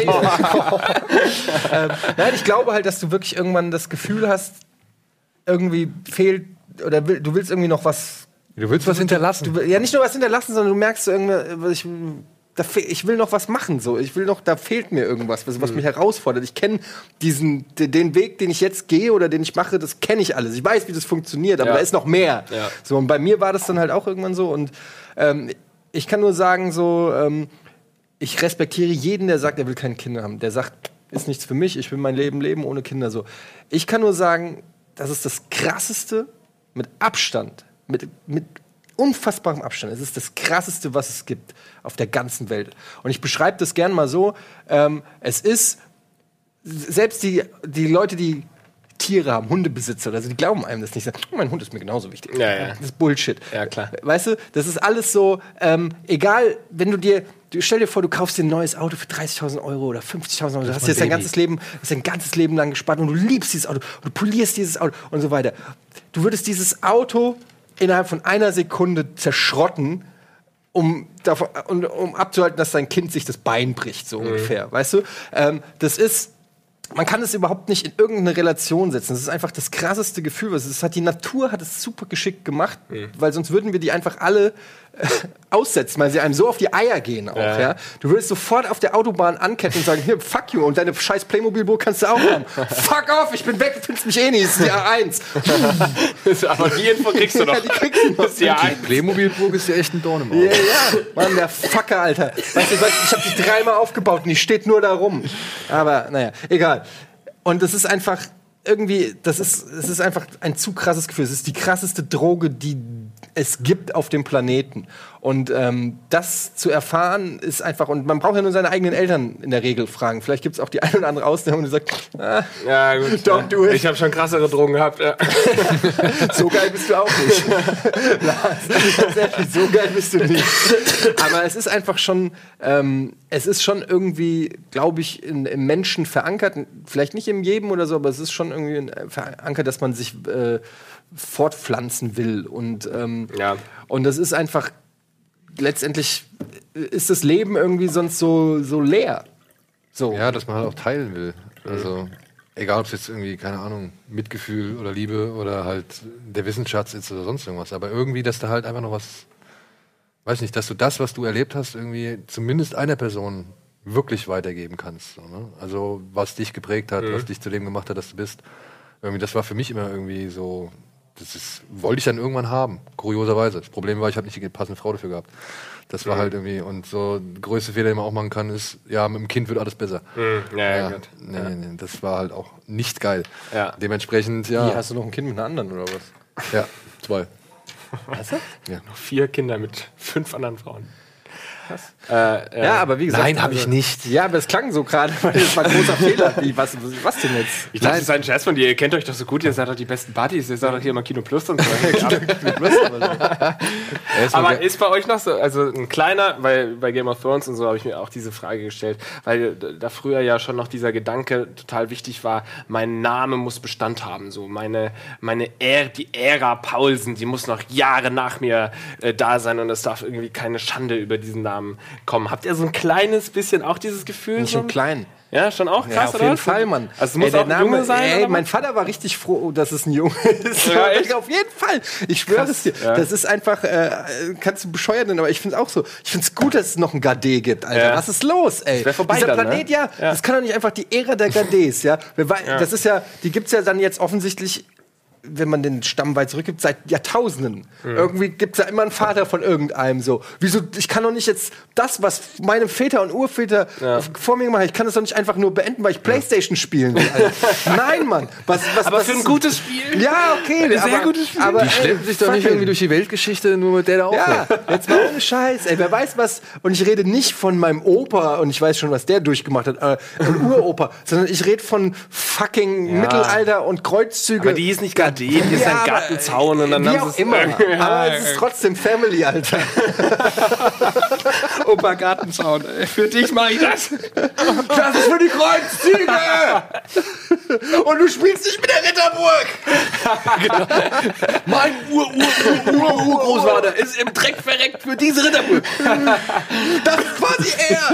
ähm, nein, ich glaube halt, dass du wirklich irgendwann das Gefühl hast, irgendwie fehlt... Oder will, du willst irgendwie noch was... Du willst was hinterlassen. Du, ja, nicht nur was hinterlassen, sondern du merkst so irgendwie... Ich, Da fe- ich will noch was machen, so. Ich will noch, da fehlt mir irgendwas, was, was mich herausfordert. Ich kenne diesen, de- den Weg, den ich jetzt gehe oder den ich mache, das kenne ich alles. Ich weiß, wie das funktioniert, aber Ja. da ist noch mehr. Ja. So, und bei mir war das dann halt auch irgendwann so. Und ähm, ich kann nur sagen, so, ähm, ich respektiere jeden, der sagt, er will keine Kinder haben. Der sagt, ist nichts für mich, ich will mein Leben leben ohne Kinder. So. Ich kann nur sagen, das ist das Krasseste mit Abstand, mit, mit unfassbarem Abstand. Es ist das Krasseste, was es gibt auf der ganzen Welt. Und ich beschreibe das gern mal so, ähm, es ist, selbst die, die Leute, die Tiere haben, Hundebesitzer, also die glauben einem das nicht. Sagen, mein Hund ist mir genauso wichtig. Ja, ja. Das ist Bullshit. Ja, klar. Weißt du, das ist alles so, ähm, egal, wenn du dir, du stell dir vor, du kaufst dir ein neues Auto für dreißigtausend Euro oder fünfzigtausend Euro, du hast jetzt dein ganzes Leben, hast dein ganzes Leben lang gespart und du liebst dieses Auto und du polierst dieses Auto und so weiter. Du würdest dieses Auto innerhalb von einer Sekunde zerschrotten, um, davon, um, um abzuhalten, dass dein Kind sich das Bein bricht, so ungefähr. Weißt du? Ähm, das ist, man kann es überhaupt nicht in irgendeine Relation setzen. Das ist einfach das krasseste Gefühl. Was es ist. Hat die Natur hat es super geschickt gemacht, mhm. weil sonst würden wir die einfach alle äh, aussetzen, weil sie einem so auf die Eier gehen auch. Ja. Ja? Du würdest sofort auf der Autobahn anketten und sagen, hier, fuck you, und deine scheiß Playmobil-Burg kannst du auch haben. Fuck off, ich bin weg, du findest mich eh nicht, das ist die A eins. Aber die Info kriegst du noch. Ja, die kriegst du noch. Das ist die A eins. Playmobil-Burg ist ja echt ein Dorn im Auge. Ja, ja, Mann, der Fucker, Alter. Weißt du, ich hab die dreimal aufgebaut und die steht nur da rum. Aber, naja, egal. Und es ist einfach irgendwie, das ist, es ist einfach ein zu krasses Gefühl. Es ist die krasseste Droge, die es gibt auf dem Planeten. Und ähm, das zu erfahren ist einfach, und man braucht ja nur seine eigenen Eltern in der Regel fragen. Vielleicht gibt es auch die eine oder andere Ausnahme, die sagt, ah, Ja, gut. Don't do it. Ich habe schon krassere Drogen gehabt. Ja. so geil bist du auch nicht. Lars, ganz ehrlich, so geil bist du nicht. Aber es ist einfach schon, ähm, es ist schon irgendwie, glaube ich, in, im Menschen verankert. Vielleicht nicht in jedem oder so, aber es ist schon irgendwie in, verankert, dass man sich äh, fortpflanzen will. Und, ähm, Ja. und das ist einfach, letztendlich ist das Leben irgendwie sonst so, so leer. So. Ja, dass man halt auch teilen will. Also, egal ob es jetzt irgendwie, keine Ahnung, Mitgefühl oder Liebe oder halt der Wissensschatz ist oder sonst irgendwas. Aber irgendwie, dass da halt einfach noch was, weiß nicht, dass du das, was du erlebt hast, irgendwie zumindest einer Person wirklich weitergeben kannst. So, ne? Also, was dich geprägt hat, Mhm. was dich zu dem gemacht hat, dass du bist. Irgendwie, das war für mich immer irgendwie so, das ist, wollte ich dann irgendwann haben, kurioserweise. Das Problem war, ich habe nicht die passende Frau dafür gehabt. Das war Mhm. halt irgendwie, und so, der größte Fehler, den man auch machen kann, ist, ja, mit dem Kind wird alles besser. Mhm. Ja, ja, Ja, gut. nee, nee, nee, das war halt auch nicht geil. Ja. Dementsprechend, Wie, ja. hast du noch ein Kind mit einer anderen oder was? Ja, zwei. Noch vier Kinder mit fünf anderen Frauen. Äh, ja. Ja, aber wie gesagt. Nein, hab ich also- nicht. Ja, aber es klang so gerade, weil das war ein großer Fehler. Wie, was, was denn jetzt? Ich dachte, das ist ein Scherz von dir. Ihr kennt euch doch so gut, ihr seid doch die besten Buddies. Ihr seid doch hier immer Kino Plus und so. Aber ist bei euch noch so, also ein kleiner, weil bei Game of Thrones und so habe ich mir auch diese Frage gestellt, weil da früher ja schon noch dieser Gedanke total wichtig war, mein Name muss Bestand haben, so meine, meine Ära, die Ära Paulsen, die muss noch Jahre nach mir äh, da sein und es darf irgendwie keine Schande über diesen Namen kommen. Habt ihr so ein kleines bisschen auch dieses Gefühl? Nicht so? im Kleinen. Ja, schon auch krass, Ja, auf oder? jeden Fall, Mann. Also es muss der auch ein Junge sein, Ey, oder mein was? Vater war richtig froh, dass es ein Junge ist. Ja, echt? Auf jeden Fall. Ich schwöre es dir. ja. Das ist einfach, äh, kannst du bescheuert nennen, aber ich finde es auch so. Ich finde es gut, dass es noch ein Gardé gibt, Alter. Ja. Was ist los, ey? Das wär vorbei Dieser dann, ne? Planet, ja, Ja. das kann doch nicht einfach die Ära der Gardés, ja? Wir wei- Das ist ja, die gibt's ja dann jetzt offensichtlich, wenn man den Stamm weit zurückgibt, seit Jahrtausenden. Mhm. Irgendwie gibt's ja immer einen Vater von irgendeinem so. Wieso, ich kann doch nicht jetzt das, was meine Väter und Urväter Ja. vor mir gemacht haben, ich kann das doch nicht einfach nur beenden, weil ich Playstation spielen will. Alter. Nein, Mann. Was, was, Aber was für ein ist- gutes Spiel. Ja, okay. Ein sehr aber, gutes Spiel. Aber, Die schleppen sich doch nicht irgendwie durch die Weltgeschichte, nur mit der da Ja, aufhört. jetzt mal ohne Scheiß, ey, wer weiß was, und ich rede nicht von meinem Opa, und ich weiß schon, was der durchgemacht hat, äh, von Uropa, sondern ich rede von fucking Ja. Mittelalter und Kreuzzüge. Aber die hieß nicht Gardé, D, hier ist ein Gartenzaun und dann wie haben auch sie es immer. irgendwie- Aber es ist trotzdem Family, Alter. Opa Gartenzaun. ey. Für dich mache ich das. Das ist für die Kreuzzüge! Und du spielst nicht mit der Ritterburg! Mein Ur-Ur-Ur-Ur-Urgroßvater ist im Dreck verreckt für diese Ritterburg. Das ist quasi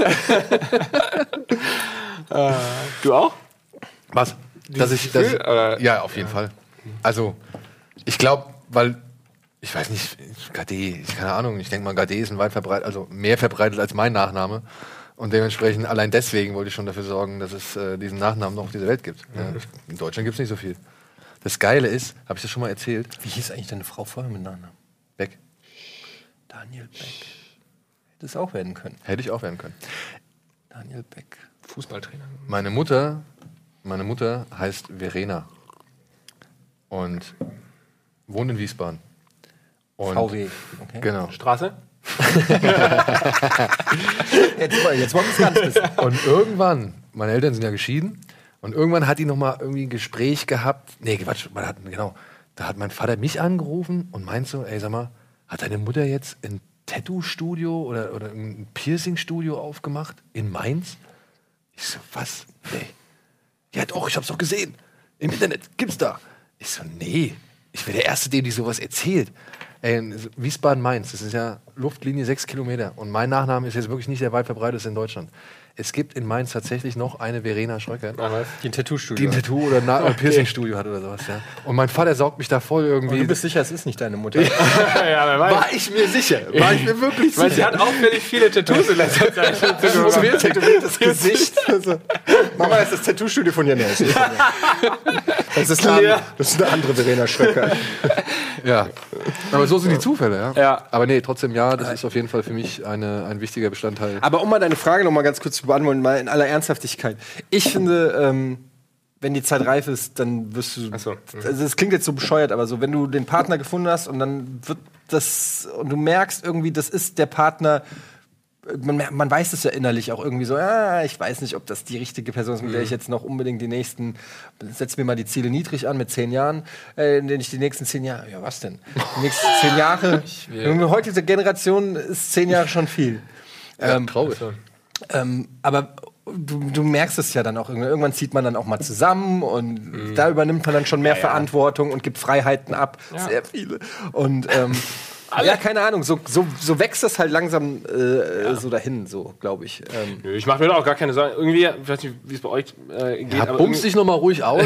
er! Du auch? Was? Dass ich, dass, Gefühl, oder? ja, auf jeden Fall. Also, ich glaube, weil, ich weiß nicht, Gade, ich keine Ahnung, ich denke mal, Gade ist ein weit verbreitet, also mehr verbreitet als mein Nachname. Und dementsprechend, allein deswegen wollte ich schon dafür sorgen, dass es äh, diesen Nachnamen noch auf dieser Welt gibt. Ja, in Deutschland gibt es nicht so viel. Das Geile ist, habe ich das schon mal erzählt? Wie hieß eigentlich deine Frau vorher mit Nachnamen? Beck. Daniel Beck. Hätte es auch werden können. Hätte ich auch werden können. Daniel Beck. Fußballtrainer. Meine Mutter, meine Mutter heißt Verena. Und wohnt in Wiesbaden. Und V W. Okay. Genau. Straße? Jetzt, mal- jetzt wollen wir es ganz wissen. Und irgendwann, meine Eltern sind ja geschieden, und irgendwann hat die noch mal irgendwie ein Gespräch gehabt. Nee, Quatsch, man hat, genau. Da hat mein Vater mich angerufen und meint so, ey, sag mal, hat deine Mutter jetzt ein Tattoo-Studio oder, oder ein Piercing-Studio aufgemacht in Mainz? Ich so, was? Nee. Ja doch, ich hab's doch gesehen. Im Internet, gibt's da. Ich so, nee. Ich wäre der Erste, dem die sowas erzählt. Ey, Wiesbaden-Mainz, das ist ja Luftlinie sechs Kilometer. Und mein Nachname ist jetzt wirklich nicht der weit verbreitetste in Deutschland. Es gibt in Mainz tatsächlich noch eine Verena Schröcker, Ah, was? Die ein die Tattoo-Studio. ein Tattoo oder ein okay. Piercing-Studio hat oder sowas. Ja. Und mein Vater saugt mich da voll Und irgendwie. du bist sicher, es ist nicht deine Mutter. ja, wer weiß. War ich mir sicher. War ich mir wirklich Weil sie sicher. hat auffällig viele Tattoos in letzter Zeit. So ein tätowiertes Gesicht. Also, Mama, das ist das Tattoo-Studio von Janne. Das ist eine, Ja. das ist eine andere Verena Schröcker. Ja. Aber so sind die Zufälle, ja. Ja. Aber nee, trotzdem ja, das ist auf jeden Fall für mich eine, ein wichtiger Bestandteil. Aber um mal deine Frage noch mal ganz kurz zu beantworten, mal in aller Ernsthaftigkeit. Ich finde, ähm, wenn die Zeit reif ist, dann wirst du. Ach so. Also es klingt jetzt so bescheuert, aber so, wenn du den Partner gefunden hast und dann wird das und du merkst irgendwie, das ist der Partner. Man, mer- man weiß es ja innerlich auch irgendwie so, ah, ich weiß nicht, ob das die richtige Person ist, mit der ich jetzt noch unbedingt die nächsten, setz mir mal die Ziele niedrig an mit zehn Jahren, äh, in denen ich die nächsten zehn Jahre, ja was denn? Die nächsten zehn Jahre, in heutige Generation ist zehn Jahre schon viel. Ähm, traurig. ähm, aber du, du merkst es ja dann auch irgendwann. Irgendwann zieht man dann auch mal zusammen und da übernimmt man dann schon mehr Verantwortung und gibt Freiheiten ab. Sehr viele. Und ähm, ja, keine Ahnung, so, so, so wächst das halt langsam äh, so dahin, so, glaube ich. Ähm, Nö, ich mache mir da auch gar keine Sorgen. Irgendwie, ich weiß nicht, wie es bei euch äh, geht. Ja, aber bumst irgendwie- dich noch mal ruhig aus.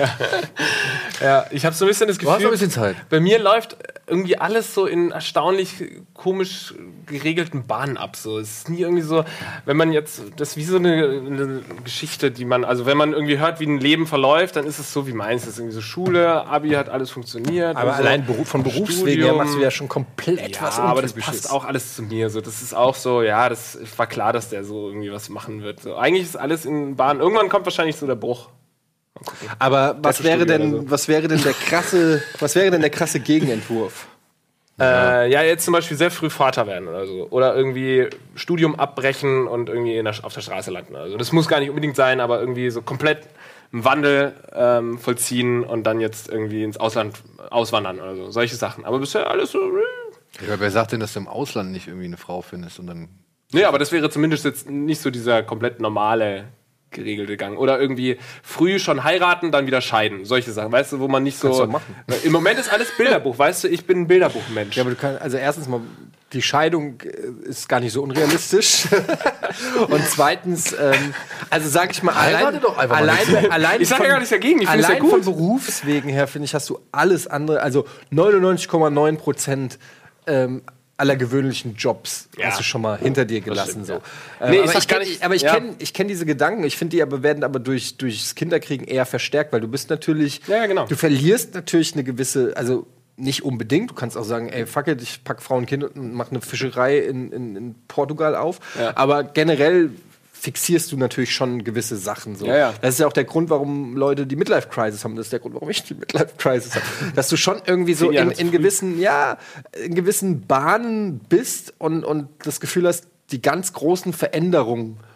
Ja, ich habe so ein bisschen das Du hast Gefühl, noch ein bisschen Zeit. bei mir läuft irgendwie alles so in erstaunlich komisch geregelten Bahnen ab. So, es ist nie irgendwie so, wenn man jetzt, das ist wie so eine, eine Geschichte, die man, also wenn man irgendwie hört, wie ein Leben verläuft, dann ist es so wie meins. Das ist irgendwie so Schule, Abi hat alles funktioniert. aber und so. allein Beruf, von Berufswegen her Studium. machst du ja schon komplett Ja, was aber das Untypisches. passt auch alles zu mir. So, das ist auch so, ja, das war klar, dass der so irgendwie was machen wird. So, eigentlich ist alles in Bahn. Irgendwann kommt wahrscheinlich so der Bruch. Aber was wäre Tattoo-Studio denn, oder so. was wäre denn der krasse, was wäre denn der krasse Gegenentwurf? Ja. Äh, ja, jetzt zum Beispiel sehr früh Vater werden oder so. Oder irgendwie Studium abbrechen und irgendwie in der, auf der Straße landen. Also das muss gar nicht unbedingt sein, aber irgendwie so komplett einen Wandel ähm, vollziehen und dann jetzt irgendwie ins Ausland auswandern oder so. Solche Sachen. Aber bisher alles so. Ja, wer sagt denn, dass du im Ausland nicht irgendwie eine Frau findest und dann. Nee, aber das wäre zumindest jetzt nicht so dieser komplett normale geregelte Gang. Oder irgendwie früh schon heiraten, dann wieder scheiden. Solche Sachen, weißt du, wo man nicht Kannst so... du machen. Im Moment ist alles Bilderbuch, weißt du, ich bin ein Bilderbuchmensch. Ja, aber du kannst, also erstens mal, die Scheidung äh, ist gar nicht so unrealistisch. Und zweitens, ähm, also sag ich mal, allein, Heirate doch einfach mal allein, allein Ich sag ja von- gar nichts dagegen, ich finde es ja allein von gut. Berufswegen her, finde ich, hast du alles andere, also neunundneunzig Komma neun Prozent ähm, aller gewöhnlichen Jobs Ja. hast du schon mal hinter dir gelassen. stimmt, so. ja. Ähm, Nee, ich aber sag ich gar kenn- nicht- aber ich ja. kenne ich kenn diese Gedanken, ich finde, die aber werden aber durch, durchs Kinderkriegen eher verstärkt, weil du bist natürlich, Ja, genau. du verlierst natürlich eine gewisse, also nicht unbedingt, du kannst auch sagen, ey, fuck it, ich pack Frau und Kind und mach eine Fischerei in, in, in Portugal auf, Ja. aber generell fixierst du natürlich schon gewisse Sachen. So. Ja, ja. Das ist ja auch der Grund, warum Leute die Midlife-Crisis haben. Das ist der Grund, warum ich die Midlife-Crisis habe. Dass du schon irgendwie so Zehn Jahre in, zu in früh. gewissen, ja, in gewissen Bahnen bist und, und das Gefühl hast, die ganz großen Veränderungen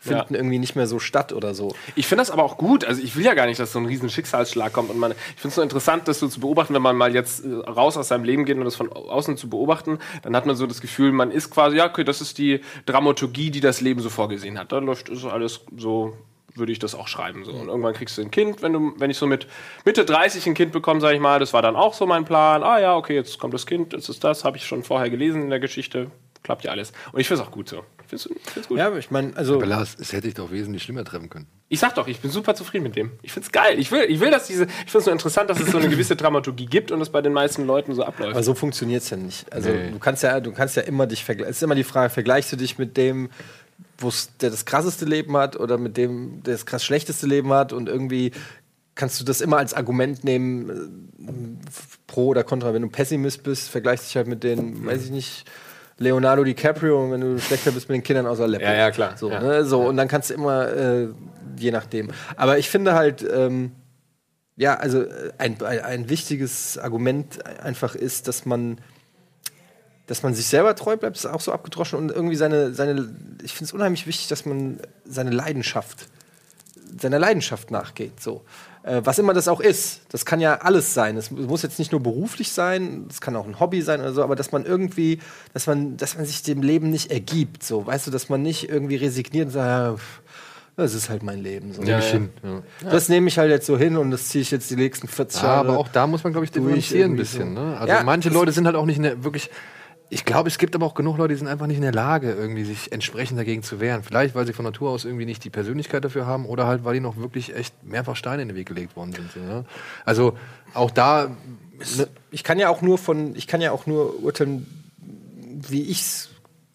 finden ja. irgendwie nicht mehr so statt oder so. Ich finde das aber auch gut. Also ich will ja gar nicht, dass so ein riesen Schicksalsschlag kommt. Und man, ich finde es so interessant, das so zu beobachten, wenn man mal jetzt äh, raus aus seinem Leben geht und das von außen zu beobachten, dann hat man so das Gefühl, man ist quasi, ja, okay, das ist die Dramaturgie, die das Leben so vorgesehen hat. Da läuft so alles so, würde ich das auch schreiben. So. Und irgendwann kriegst du ein Kind, wenn du, wenn ich so mit Mitte dreißig ein Kind bekomme, sage ich mal, das war dann auch so mein Plan. Ah ja, okay, jetzt kommt das Kind, jetzt ist das, habe ich schon vorher gelesen in der Geschichte. Klappt ja alles. Und ich finde es auch gut so. Findest du, findest gut? Ja, ich meine, also. Aber Lars, es hätte ich doch wesentlich schlimmer treffen können. Ich sag doch, ich bin super zufrieden mit dem. Ich find's geil. Ich will, ich will, dass diese. Ich find's so interessant, dass es so eine gewisse Dramaturgie gibt und das bei den meisten Leuten so abläuft. Aber so funktioniert's ja nicht. Also Nee. du kannst ja, du kannst ja immer dich vergleichen. Es ist immer die Frage, vergleichst du dich mit dem, wo's, der das krasseste Leben hat oder mit dem, der das krass schlechteste Leben hat und irgendwie kannst du das immer als Argument nehmen, äh, pro oder contra. Wenn du Pessimist bist, vergleichst dich halt mit den, mhm. weiß ich nicht, Leonardo DiCaprio, und wenn du schlechter bist mit den Kindern aus Aleppo. Ja, ja, klar. So, ja. ne? so und dann kannst du immer, äh, je nachdem. Aber ich finde halt, ähm, ja, also ein, ein, ein wichtiges Argument einfach ist, dass man, dass man sich selber treu bleibt, ist auch so abgedroschen und irgendwie seine, seine ich finde es unheimlich wichtig, dass man seine Leidenschaft, seiner Leidenschaft nachgeht, so. Was immer das auch ist, das kann ja alles sein. Es muss jetzt nicht nur beruflich sein, es kann auch ein Hobby sein oder so, aber dass man irgendwie, dass man, dass man sich dem Leben nicht ergibt, so, weißt du, dass man nicht irgendwie resigniert und sagt, ja, das ist halt mein Leben. So. Nehme ich ja, hin. Ja. Das nehme ich halt jetzt so hin und das ziehe ich jetzt die nächsten vierzig Ja, Jahre. aber auch da muss man, glaube ich, differenzieren ein bisschen. so. Ne? Also Ja, manche Leute sind halt auch nicht in der, wirklich. Ich glaube, es gibt aber auch genug Leute, die sind einfach nicht in der Lage, irgendwie sich entsprechend dagegen zu wehren. Vielleicht, weil sie von Natur aus irgendwie nicht die Persönlichkeit dafür haben oder halt, weil ihnen noch wirklich echt mehrfach Steine in den Weg gelegt worden sind. So, ja? Also auch da. Ne, ich kann ja auch nur von, ich kann ja auch nur urteilen, wie ich's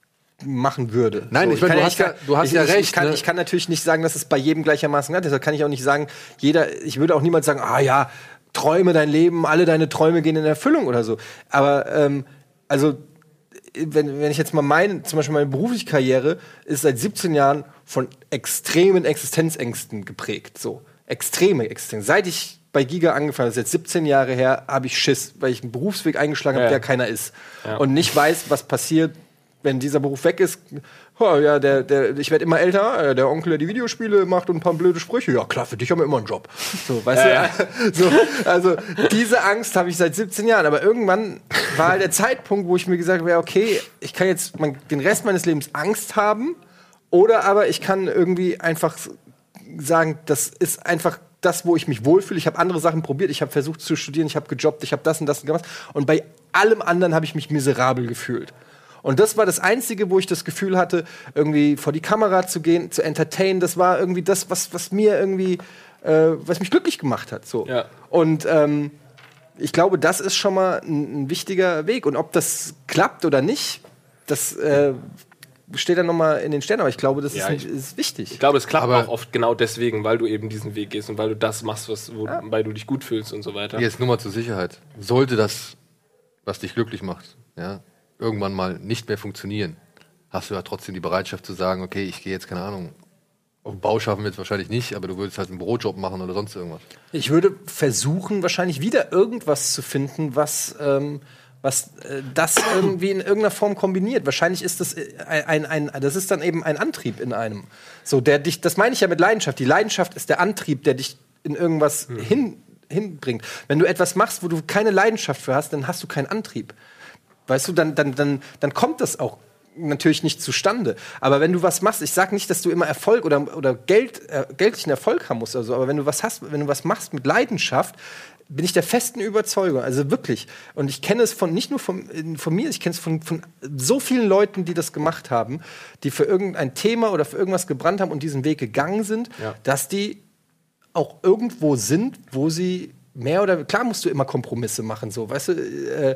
machen würde. Nein, so, ich meine, kann du hast ich kann, ja- du hast ich, ja ich, recht, Ich kann, ne? ich kann natürlich nicht sagen, dass es bei jedem gleichermaßen hat. Deshalb kann ich auch nicht sagen, jeder. Ich würde auch niemals sagen, ah ja, träume dein Leben, alle deine Träume gehen in Erfüllung oder so. Aber ähm, also wenn, wenn ich jetzt mal meine, zum Beispiel meine berufliche Karriere ist seit siebzehn Jahren von extremen Existenzängsten geprägt. So extreme Existenz. Seit ich bei Giga angefangen habe, das ist jetzt siebzehn Jahre her, habe ich Schiss, weil ich einen Berufsweg eingeschlagen habe, Ja. der keiner ist. Ja. Und nicht weiß, was passiert, wenn dieser Beruf weg ist. Oh, ja, der, der, ich werde immer älter, äh, der Onkel, der die Videospiele macht und ein paar blöde Sprüche. Ja klar, für dich haben wir immer einen Job. So, weißt Ja, du? So, also diese Angst habe ich seit siebzehn Jahren. Aber irgendwann war halt der Zeitpunkt, wo ich mir gesagt habe, ja, okay, ich kann jetzt mein, den Rest meines Lebens Angst haben oder aber ich kann irgendwie einfach sagen, das ist einfach das, wo ich mich wohlfühle. Ich habe andere Sachen probiert, ich habe versucht zu studieren, ich habe gejobbt, ich habe das und das gemacht. Und bei allem anderen habe ich mich miserabel gefühlt. Und das war das Einzige, wo ich das Gefühl hatte, irgendwie vor die Kamera zu gehen, zu entertainen. Das war irgendwie das, was, was mir irgendwie, äh, was mich glücklich gemacht hat. So. Ja. Und ähm, ich glaube, das ist schon mal ein, ein wichtiger Weg. Und ob das klappt oder nicht, das äh, steht dann noch mal in den Sternen. Aber ich glaube, das Ja, ist, ich- ist wichtig. Ich glaube, es klappt Aber- auch oft genau deswegen, weil du eben diesen Weg gehst und weil du das machst, was, wo, weil du dich gut fühlst und so weiter. Jetzt nur mal zur Sicherheit. Sollte das, was dich glücklich macht, ja, irgendwann mal nicht mehr funktionieren, hast du ja trotzdem die Bereitschaft zu sagen, okay, ich gehe jetzt, keine Ahnung, auf den Bau schaffen wir jetzt wahrscheinlich nicht, aber du würdest halt einen Bürojob machen oder sonst irgendwas. Ich würde versuchen, wahrscheinlich wieder irgendwas zu finden, was, ähm, was äh, das irgendwie in irgendeiner Form kombiniert. Wahrscheinlich ist das äh, ein, ein, ein, das ist dann eben ein Antrieb in einem. So, der dich, das meine ich ja mit Leidenschaft. Die Leidenschaft ist der Antrieb, der dich in irgendwas hin, hinbringt. Wenn du etwas machst, wo du keine Leidenschaft für hast, dann hast du keinen Antrieb. Weißt du, dann, dann, dann, dann kommt das auch natürlich nicht zustande. Aber wenn du was machst, ich sage nicht, dass du immer Erfolg oder, oder Geld, äh, geldlichen Erfolg haben musst, oder so, aber wenn du was hast, wenn du was machst mit Leidenschaft, bin ich der festen Überzeugung, also wirklich. Und ich kenne es von nicht nur von, von mir, ich kenne es von, von so vielen Leuten, die das gemacht haben, die für irgendein Thema oder für irgendwas gebrannt haben und diesen Weg gegangen sind, Ja. dass die auch irgendwo sind, wo sie mehr oder klar musst du immer Kompromisse machen, so, weißt du. Äh,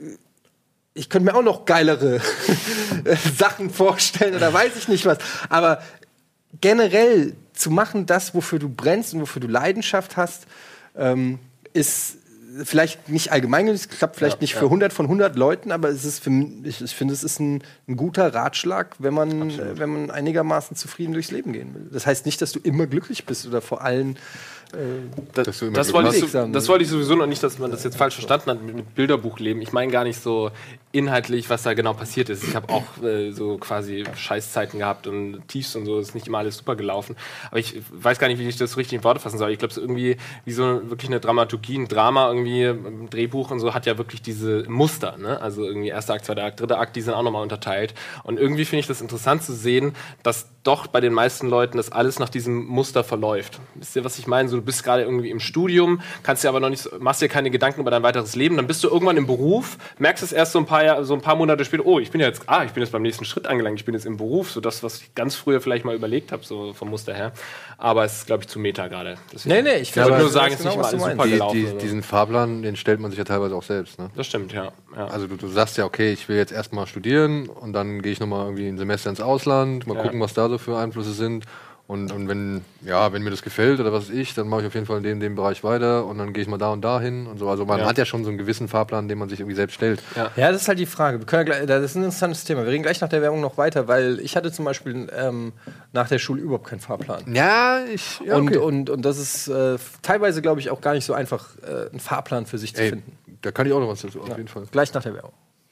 ich könnte mir auch noch geilere Sachen vorstellen oder weiß ich nicht was. Aber generell zu machen, das, wofür du brennst und wofür du Leidenschaft hast, ähm, ist vielleicht nicht allgemeingültig, es klappt vielleicht Ja, nicht ja. für hundert von hundert Leuten, aber es ist für, ich, ich finde, es ist ein, ein guter Ratschlag, wenn man, äh, wenn man einigermaßen zufrieden durchs Leben gehen will. Das heißt nicht, dass du immer glücklich bist oder vor allen Das, Dass du immer das, Glück wollte hast. ich, so- das wollte ich sowieso noch nicht, dass man das jetzt falsch verstanden hat mit, mit Bilderbuchleben. Ich meine gar nicht so inhaltlich, was da genau passiert ist. Ich habe auch äh, so quasi Scheißzeiten gehabt und Tiefs und so. Ist nicht immer alles super gelaufen. Aber ich weiß gar nicht, wie ich das richtig in Worte fassen soll. Ich glaube, so irgendwie wie so wirklich eine Dramaturgie, ein Drama irgendwie, ein Drehbuch und so hat ja wirklich diese Muster. Ne? Also irgendwie erster Akt, zweiter Akt, dritter Akt, die sind auch nochmal unterteilt. Und irgendwie finde ich das interessant zu sehen, dass doch bei den meisten Leuten das alles nach diesem Muster verläuft. Wisst ihr, was ich meine? So, du bist gerade irgendwie im Studium, kannst dir aber noch nicht, so- machst dir keine Gedanken über dein weiteres Leben, dann bist du irgendwann im Beruf, merkst es erst so ein paar Jahr, so ein paar Monate später, oh, ich bin ja jetzt, ah, ich bin jetzt beim nächsten Schritt angelangt, ich bin jetzt im Beruf, so das, was ich ganz früher vielleicht mal überlegt habe, so vom Muster her. Aber es ist, glaube ich, zu Meta gerade. Deswegen- Nee, nee, ich Ich finde wollte aber- nur sagen, es genau, ist nicht was mal du alles meinst. super Die, gelaufen. die, oder so. diesen Fahrplan, den stellt man sich ja teilweise auch selbst. Ne? Das stimmt, ja. ja. Also du, du sagst ja, okay, ich will jetzt erstmal studieren und dann gehe ich nochmal irgendwie ein Semester ins Ausland, mal Ja. gucken, was da so für Einflüsse sind. Und, und wenn, ja, wenn mir das gefällt oder was weiß ich, dann mache ich auf jeden Fall in dem, dem Bereich weiter und dann gehe ich mal da und da hin und so. Also man Ja. hat ja schon so einen gewissen Fahrplan, den man sich irgendwie selbst stellt. Ja. Ja, das ist halt die Frage. Wir können ja gleich, das ist ein interessantes Thema. Wir reden gleich nach der Werbung noch weiter, weil ich hatte zum Beispiel ähm, nach der Schule überhaupt keinen Fahrplan. Ja, ich. Ja, Und, okay. und, und das ist äh, teilweise, glaube ich, auch gar nicht so einfach, äh, einen Fahrplan für sich zu Ey, finden. da kann ich auch noch was dazu, auf jeden Fall. Gleich nach der Werbung.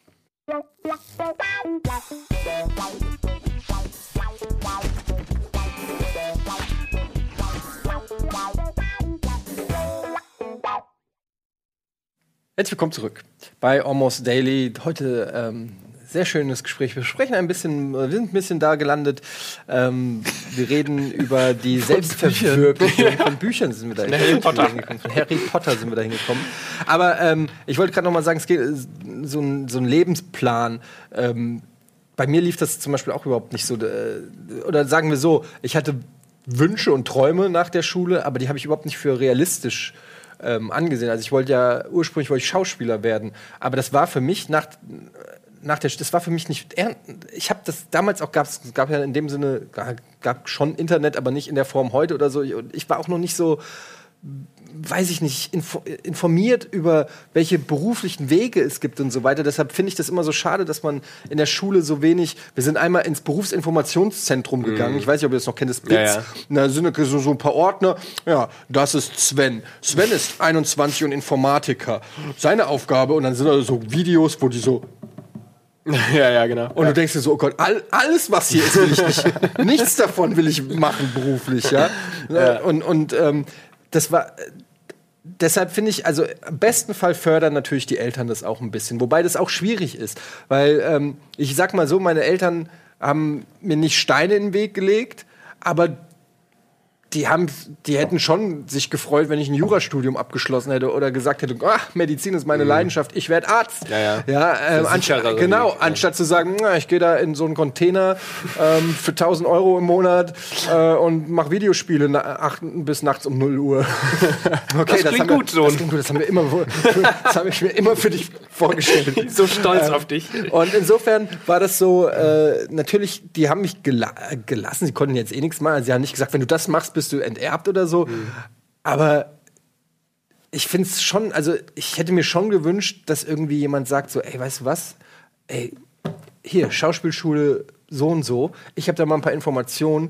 Herzlich willkommen zurück bei Almost Daily. Heute ähm, sehr schönes Gespräch. Wir sprechen ein bisschen, wir sind ein bisschen da gelandet. Ähm, wir reden über die Selbstverwirklichung von Büchern. Sind wir da Harry Potter. hingekommen. Von Harry Potter sind wir da hingekommen. Aber ähm, ich wollte gerade noch mal sagen, es geht äh, so ein, so ein Lebensplan. Ähm, bei mir lief das zum Beispiel auch überhaupt nicht so. Äh, oder sagen wir so, ich hatte Wünsche und Träume nach der Schule, aber die habe ich überhaupt nicht für realistisch ähm, angesehen. Also ich wollte ja, ursprünglich wollte ich Schauspieler werden, aber das war für mich nach, nach der, das war für mich nicht, eher- ich habe das, damals auch gab es, gab ja in dem Sinne, gab schon Internet, aber nicht in der Form heute oder so. Und ich war auch noch nicht so, weiß ich nicht, info informiert über welche beruflichen Wege es gibt und so weiter. Deshalb finde ich das immer so schade, dass man in der Schule so wenig. Wir sind einmal ins Berufsinformationszentrum gegangen. Ich weiß nicht, ob ihr das noch kennt, das Blitz. Ja, ja. Und da sind so, so ein paar Ordner. Ja, das ist Sven. Sven ist einundzwanzig und Informatiker. Seine Aufgabe, und dann sind da so Videos, wo die so. ja, ja, genau. Und du denkst dir so, oh Gott, all, alles, was hier ist, will ich nicht. Nichts davon will ich machen beruflich, ja. Ja. Und, und ähm, das war. Deshalb finde ich, also im besten Fall fördern natürlich die Eltern das auch ein bisschen. Wobei das auch schwierig ist. Weil, ähm, ich sag mal so, meine Eltern haben mir nicht Steine in den Weg gelegt, aber die haben, die hätten schon sich gefreut, wenn ich ein Jurastudium abgeschlossen hätte oder gesagt hätte, ach, Medizin ist meine Leidenschaft, ich werde Arzt. Ja, ja. ja ähm, Das ist anstatt, sicherer genau, Weg, ja. anstatt zu sagen, na, ich gehe da in so einen Container ähm, für tausend Euro im Monat äh, und mache Videospiele na, acht, bis nachts um null Uhr. Okay, Das klingt haben wir, gut, Sohn. Das klingt gut, das haben wir immer, das habe ich mir immer für dich vorgestellt. So stolz auf dich. Und insofern war das so, äh, natürlich, die haben mich gela gelassen, sie konnten jetzt eh nichts machen. Sie haben nicht gesagt, wenn du das machst, bist du enterbt oder so. Mhm. Aber ich finde es schon, also ich hätte mir schon gewünscht, dass irgendwie jemand sagt so, ey, weißt du was? Ey, hier, Schauspielschule so und so. Ich habe da mal ein paar Informationen.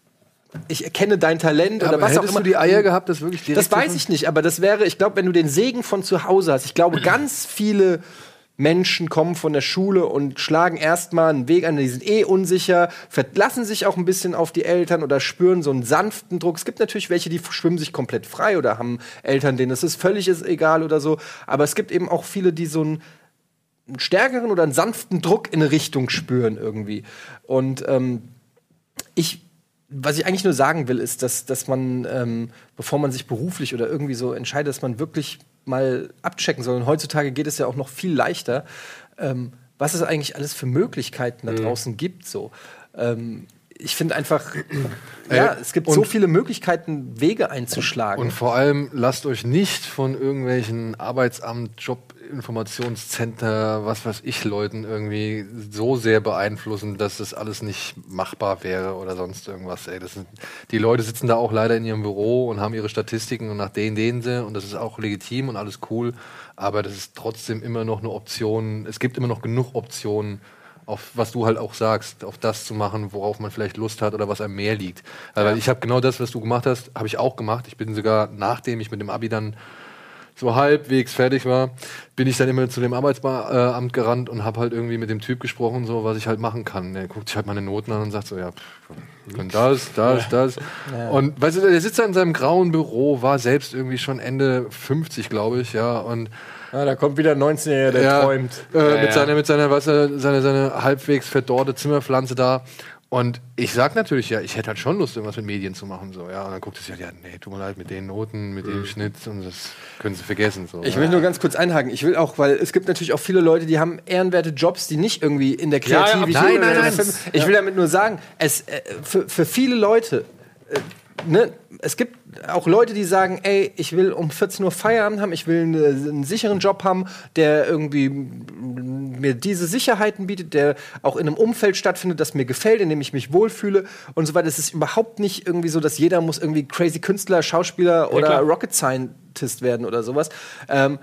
Ich erkenne dein Talent Ja, oder aber was auch hättest immer. du die Eier gehabt, das wirklich direkt Das weiß zu- ich nicht, aber das wäre, ich glaube, wenn du den Segen von zu Hause hast, ich glaube, ganz viele Menschen kommen von der Schule und schlagen erstmal einen Weg an, die sind eh unsicher, verlassen sich auch ein bisschen auf die Eltern oder spüren so einen sanften Druck. Es gibt natürlich welche, die schwimmen sich komplett frei oder haben Eltern, denen es ist völlig ist egal oder so. Aber es gibt eben auch viele, die so einen, einen stärkeren oder einen sanften Druck in eine Richtung spüren irgendwie. Und ähm, ich was ich eigentlich nur sagen will, ist, dass, dass man, ähm, bevor man sich beruflich oder irgendwie so entscheidet, dass man wirklich mal abchecken soll. Und heutzutage geht es ja auch noch viel leichter, ähm, was es eigentlich alles für Möglichkeiten da draußen gibt. So. Ähm, ich finde einfach, ja, es gibt so viele Möglichkeiten, Wege einzuschlagen. Und vor allem lasst euch nicht von irgendwelchen Arbeitsamt, Job, Informationscenter, was weiß ich, Leuten irgendwie so sehr beeinflussen, dass das alles nicht machbar wäre oder sonst irgendwas. Ey, das sind, die Leute sitzen da auch leider in ihrem Büro und haben ihre Statistiken und nach denen denen sie und das ist auch legitim und alles cool, aber das ist trotzdem immer noch eine Option. Es gibt immer noch genug Optionen, auf was du halt auch sagst, auf das zu machen, worauf man vielleicht Lust hat oder was einem mehr liegt. Ja. Weil ich habe genau das, was du gemacht hast, habe ich auch gemacht. Ich bin sogar, nachdem ich mit dem Abi dann so halbwegs fertig war, bin ich dann immer zu dem Arbeitsamt gerannt und habe halt irgendwie mit dem Typ gesprochen, so was ich halt machen kann. Der guckt sich halt meine Noten an und sagt so, ja, pff, können das, das, das. Ja. Und weißt du, der sitzt da in seinem grauen Büro, war selbst irgendwie schon Ende fünfzig, glaube ich, ja, und ja, da kommt wieder ein neunzehnjähriger, der ja, träumt. Äh, ja, mit, ja. Seiner, mit seiner, was, seine, seine halbwegs verdorrte Zimmerpflanze da. Und ich sag natürlich, ja, ich hätte halt schon Lust, irgendwas mit Medien zu machen. So, ja. Und dann guckt es ja, ja, nee, tut mir leid, mit den Noten, mit mhm. dem Schnitt, und das können Sie vergessen. So. Ich will nur ganz kurz einhaken. Ich will auch, weil es gibt natürlich auch viele Leute, die haben ehrenwerte Jobs, die nicht irgendwie in der Kreativität... Ja, ja, nein, nein, nein. Ich will damit nur sagen, es, äh, für, für viele Leute... Äh, Ne, es gibt auch Leute, die sagen, ey, ich will um vierzehn Uhr Feierabend haben, ich will eine, einen sicheren Job haben, der irgendwie mir diese Sicherheiten bietet, der auch in einem Umfeld stattfindet, das mir gefällt, in dem ich mich wohlfühle und so weiter. Es ist überhaupt nicht irgendwie so, dass jeder muss irgendwie crazy Künstler, Schauspieler oder ja, Rocket Scientist werden oder sowas. Ähm,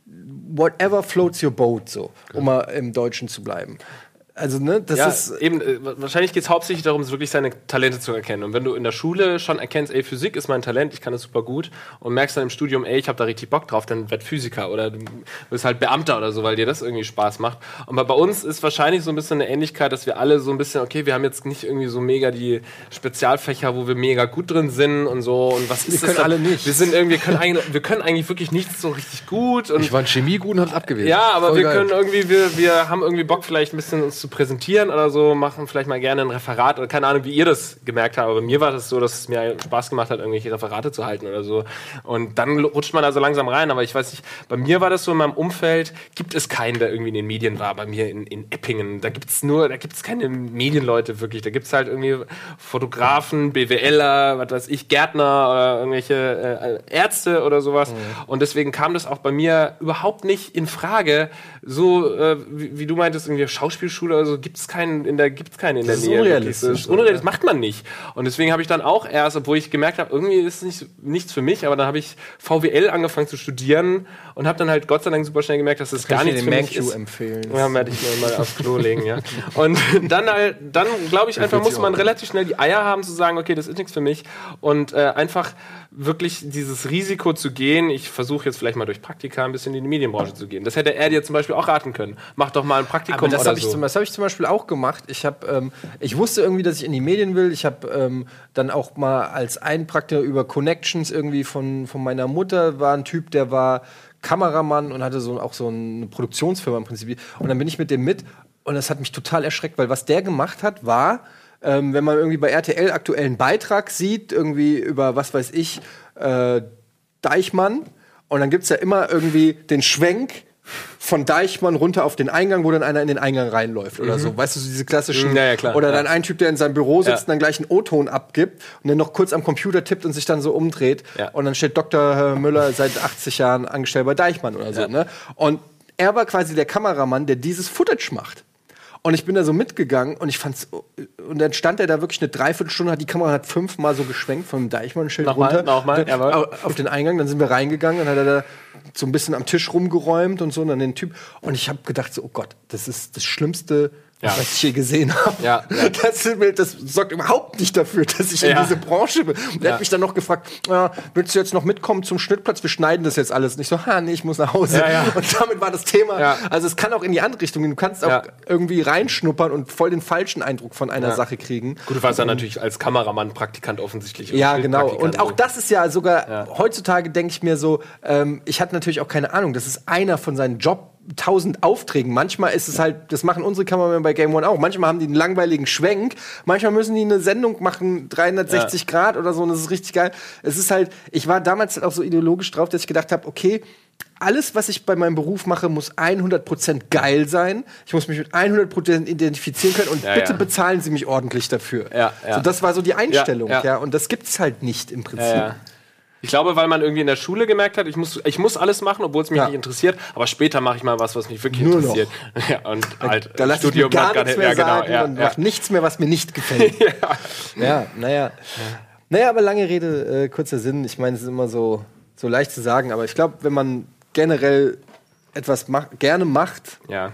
whatever floats your boat, so, um mal im Deutschen zu bleiben. Also, ne, das ja, ist eben, äh, wahrscheinlich geht es hauptsächlich darum, wirklich seine Talente zu erkennen. Und wenn du in der Schule schon erkennst, ey, Physik ist mein Talent, ich kann das super gut, und merkst dann im Studium, ey, ich habe da richtig Bock drauf, dann werd Physiker oder du bist halt Beamter oder so, weil dir das irgendwie Spaß macht. Und bei uns ist wahrscheinlich so ein bisschen eine Ähnlichkeit, dass wir alle so ein bisschen, okay, wir haben jetzt nicht irgendwie so mega die Spezialfächer, wo wir mega gut drin sind und so. Und was ist wir das? können alle nicht. Wir sind irgendwie, können eigentlich, wir können eigentlich wirklich nichts so richtig gut. Und ich war in Chemie gut und hab's abgewählt. Ja, aber Voll wir geil. können irgendwie, wir, wir haben irgendwie Bock, vielleicht ein bisschen uns zu präsentieren oder so, machen vielleicht mal gerne ein Referat oder keine Ahnung, wie ihr das gemerkt habt, aber bei mir war das so, dass es mir Spaß gemacht hat, irgendwelche Referate zu halten oder so. Und dann rutscht man da so langsam rein, aber ich weiß nicht, bei mir war das so, in meinem Umfeld gibt es keinen, der irgendwie in den Medien war, bei mir in, in Eppingen. Da gibt es nur, da gibt es keine Medienleute wirklich, da gibt es halt irgendwie Fotografen, BWLer, was weiß ich, Gärtner oder irgendwelche äh, Ärzte oder sowas. Mhm. Und deswegen kam das auch bei mir überhaupt nicht in Frage, so äh, wie, wie du meintest, irgendwie Schauspielschule oder so, gibt es keinen in der gibt's keine in der das ist Nähe. unrealistisch. Das ist unrealistisch, das macht man nicht. Und deswegen habe ich dann auch erst, obwohl ich gemerkt habe, irgendwie ist es nicht, nichts für mich, aber dann habe ich V W L angefangen zu studieren und habe dann halt Gott sei Dank super schnell gemerkt, dass das, das gar nichts für mich ist. empfehlen. Ja, werde ich mir mal aufs Klo legen, ja. Und dann halt, dann glaube ich einfach, muss man relativ schnell die Eier haben zu sagen, okay, das ist nichts für mich und äh, einfach wirklich dieses Risiko zu gehen, ich versuche jetzt vielleicht mal durch Praktika ein bisschen in die Medienbranche zu gehen. Das hätte er dir zum Beispiel auch raten können. Mach doch mal ein Praktikum aber das oder hab ich so. Zum, das habe ich zum Beispiel auch gemacht. Ich, hab, ähm, ich wusste irgendwie, dass ich in die Medien will. Ich habe ähm, dann auch mal als Einpraktiker über Connections irgendwie von, von meiner Mutter, war ein Typ, der war Kameramann und hatte so, auch so eine Produktionsfirma im Prinzip. Und dann bin ich mit dem mit und das hat mich total erschreckt, weil was der gemacht hat, war, ähm, wenn man irgendwie bei R T L aktuellen Beitrag sieht, irgendwie über, was weiß ich, äh, Deichmann, und dann gibt's ja immer irgendwie den Schwenk von Deichmann runter auf den Eingang, wo dann einer in den Eingang reinläuft oder mhm. so. Weißt du, so diese klassischen... Ja, ja, klar, oder ja. dann ein Typ, der in seinem Büro sitzt ja. und dann gleich einen O-Ton abgibt und dann noch kurz am Computer tippt und sich dann so umdreht. Ja. Und dann steht Doktor Müller seit achtzig Jahren angestellt bei Deichmann oder so. Ja. Ne? Und er war quasi der Kameramann, der dieses Footage macht. Und ich bin da so mitgegangen und ich fand's, und dann stand er da wirklich eine Dreiviertelstunde, hat die Kamera hat fünfmal so geschwenkt vom Deichmann-Schild nochmal, runter. Nochmal, nochmal. Auf den Eingang, dann sind wir reingegangen, dann hat er da so ein bisschen am Tisch rumgeräumt und so, und dann den Typ. Und ich habe gedacht so, oh Gott, das ist das Schlimmste, ja. was ich je gesehen habe. Ja, ja. Das, das sorgt überhaupt nicht dafür, dass ich in ja. diese Branche bin. Und er ja. hat mich dann noch gefragt, ja, willst du jetzt noch mitkommen zum Schnittplatz? Wir schneiden das jetzt alles. Nicht so, ha, nee, ich muss nach Hause. Ja, ja. Und damit war das Thema. Ja. Also es kann auch in die andere Richtung gehen. Du kannst auch ja. irgendwie reinschnuppern und voll den falschen Eindruck von einer ja. Sache kriegen. Gut, du warst dann natürlich als Kameramann Praktikant offensichtlich. Ja, genau. Und auch so. das ist ja sogar, ja. heutzutage denke ich mir so, ähm, ich hatte natürlich auch keine Ahnung, das ist einer von seinen Job tausend Aufträgen. Manchmal ist es halt, das machen unsere Kameramänner bei Game One auch. Manchmal haben die einen langweiligen Schwenk. Manchmal müssen die eine Sendung machen, dreihundertsechzig ja. Grad oder so. Und das ist richtig geil. Es ist halt, ich war damals halt auch so ideologisch drauf, dass ich gedacht habe, okay, alles, was ich bei meinem Beruf mache, muss hundert Prozent geil sein. Ich muss mich mit hundert Prozent identifizieren können und ja, bitte ja. bezahlen Sie mich ordentlich dafür. Ja, ja. So, das war so die Einstellung. Ja, ja. Ja. Und das gibt's halt nicht im Prinzip. Ja, ja. Ich glaube, weil man irgendwie in der Schule gemerkt hat, ich muss, ich muss alles machen, obwohl es mich ja. nicht interessiert, aber später mache ich mal was, was mich wirklich Nur interessiert. Ja, und halt da lasse ich mir gar nichts mehr ja, genau, sagen ja, und ja. mache nichts mehr, was mir nicht gefällt. ja. ja, naja. Ja. Naja, aber lange Rede, äh, kurzer Sinn. Ich meine, es ist immer so, so leicht zu sagen, aber ich glaube, wenn man generell etwas mach, gerne macht, ja.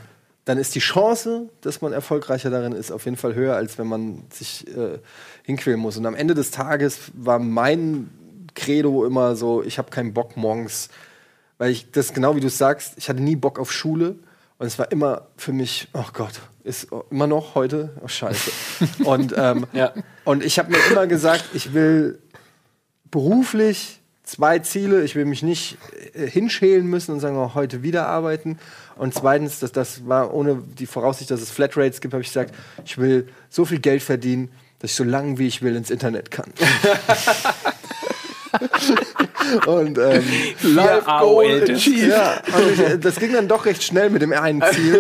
dann ist die Chance, dass man erfolgreicher darin ist, auf jeden Fall höher, als wenn man sich äh, hinquälen muss. Und am Ende des Tages war mein Credo immer so, ich habe keinen Bock morgens, weil ich das genau wie du sagst, ich hatte nie Bock auf Schule und es war immer für mich, oh Gott, ist immer noch heute, oh Scheiße. und, ähm, Ja. und ich habe mir immer gesagt, ich will beruflich zwei Ziele, ich will mich nicht äh, hinschälen müssen und sagen, oh, heute wieder arbeiten. Und zweitens, das, das war ohne die Voraussicht, dass es Flatrates gibt, habe ich gesagt, ich will so viel Geld verdienen, dass ich so lange wie ich will ins Internet kann. und ähm, Life Goal achieved. Ja, und ich, das ging dann doch recht schnell mit dem einen Ziel.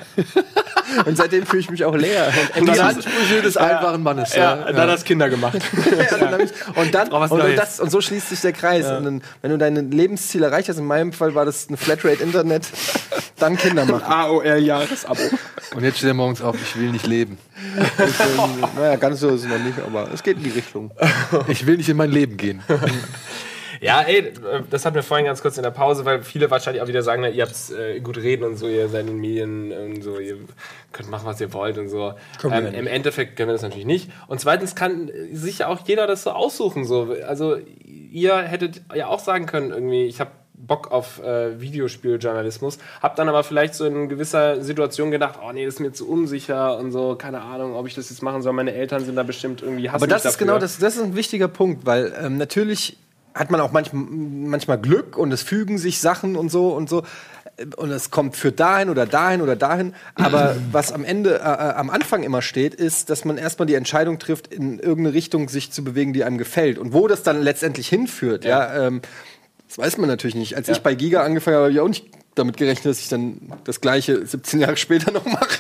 Und seitdem fühle ich mich auch leer. Und, Die und, Ansprüche des einfachen Mannes. Ja, dann hat das Kinder gemacht. ja, dann hab ich, und, dann, Brauch was und, und, Neues. das, und so schließt sich der Kreis. Ja. Und dann, wenn du dein Lebensziel erreicht hast, in meinem Fall war das ein Flatrate-Internet, dann Kinder machen. A O L-Jahresabo. Und jetzt steht er morgens auf, ich will nicht leben. ähm, naja, ganz so ist es noch nicht, aber es geht in die Richtung. Ich will nicht in mein Leben gehen. Ja, ey, das hatten wir vorhin ganz kurz in der Pause, weil viele wahrscheinlich auch wieder sagen, na, ihr habt äh, gut reden und so, ihr seid in den Medien und so, ihr könnt machen, was ihr wollt und so. Ähm, Im Endeffekt können wir das natürlich nicht. Und zweitens kann sich ja auch jeder das so aussuchen. So. Also ihr hättet ja auch sagen können, irgendwie, ich habe Bock auf äh, Videospieljournalismus, habt dann aber vielleicht so in gewisser Situation gedacht, oh nee, das ist mir zu unsicher und so, keine Ahnung, ob ich das jetzt machen soll. Meine Eltern sind da bestimmt irgendwie hassen Aber das mich ist dafür. genau, das, das ist ein wichtiger Punkt, weil ähm, natürlich hat man auch manchmal, manchmal Glück und es fügen sich Sachen und so und so. Und es kommt führt dahin oder dahin oder dahin. Aber was am Ende, äh, am Anfang immer steht, ist, dass man erstmal die Entscheidung trifft, in irgendeine Richtung sich zu bewegen, die einem gefällt. Und wo das dann letztendlich hinführt, ja, ja ähm, das weiß man natürlich nicht. Als ja. ich bei Giga angefangen habe, habe ich auch nicht damit gerechnet, dass ich dann das Gleiche siebzehn Jahre später noch mache.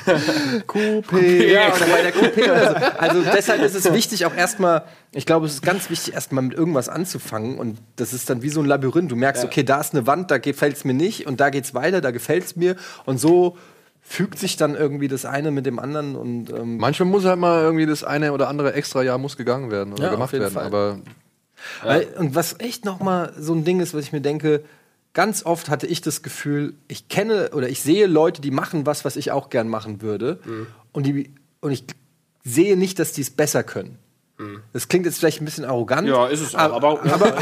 Q P. Ja, oder bei der Q P. Oder so. Also deshalb ist es wichtig, auch erstmal, ich glaube, es ist ganz wichtig, erstmal mit irgendwas anzufangen. Und das ist dann wie so ein Labyrinth. Du merkst, ja. okay, da ist eine Wand, da gefällt es mir nicht. Und da geht's weiter, da gefällt es mir. Und so fügt sich dann irgendwie das eine mit dem anderen. Und, ähm manchmal muss halt mal irgendwie das eine oder andere extra Jahr muss gegangen werden oder ja, gemacht werden. Fall. Aber ja. Weil, und was echt noch mal so ein Ding ist, was ich mir denke, ganz oft hatte ich das Gefühl, ich kenne oder ich sehe Leute, die machen was, was ich auch gern machen würde. Mhm. Und, die, und ich sehe nicht, dass die es besser können. Mhm. Das klingt jetzt vielleicht ein bisschen arrogant. Ja, ist es auch. Aber, aber, aber,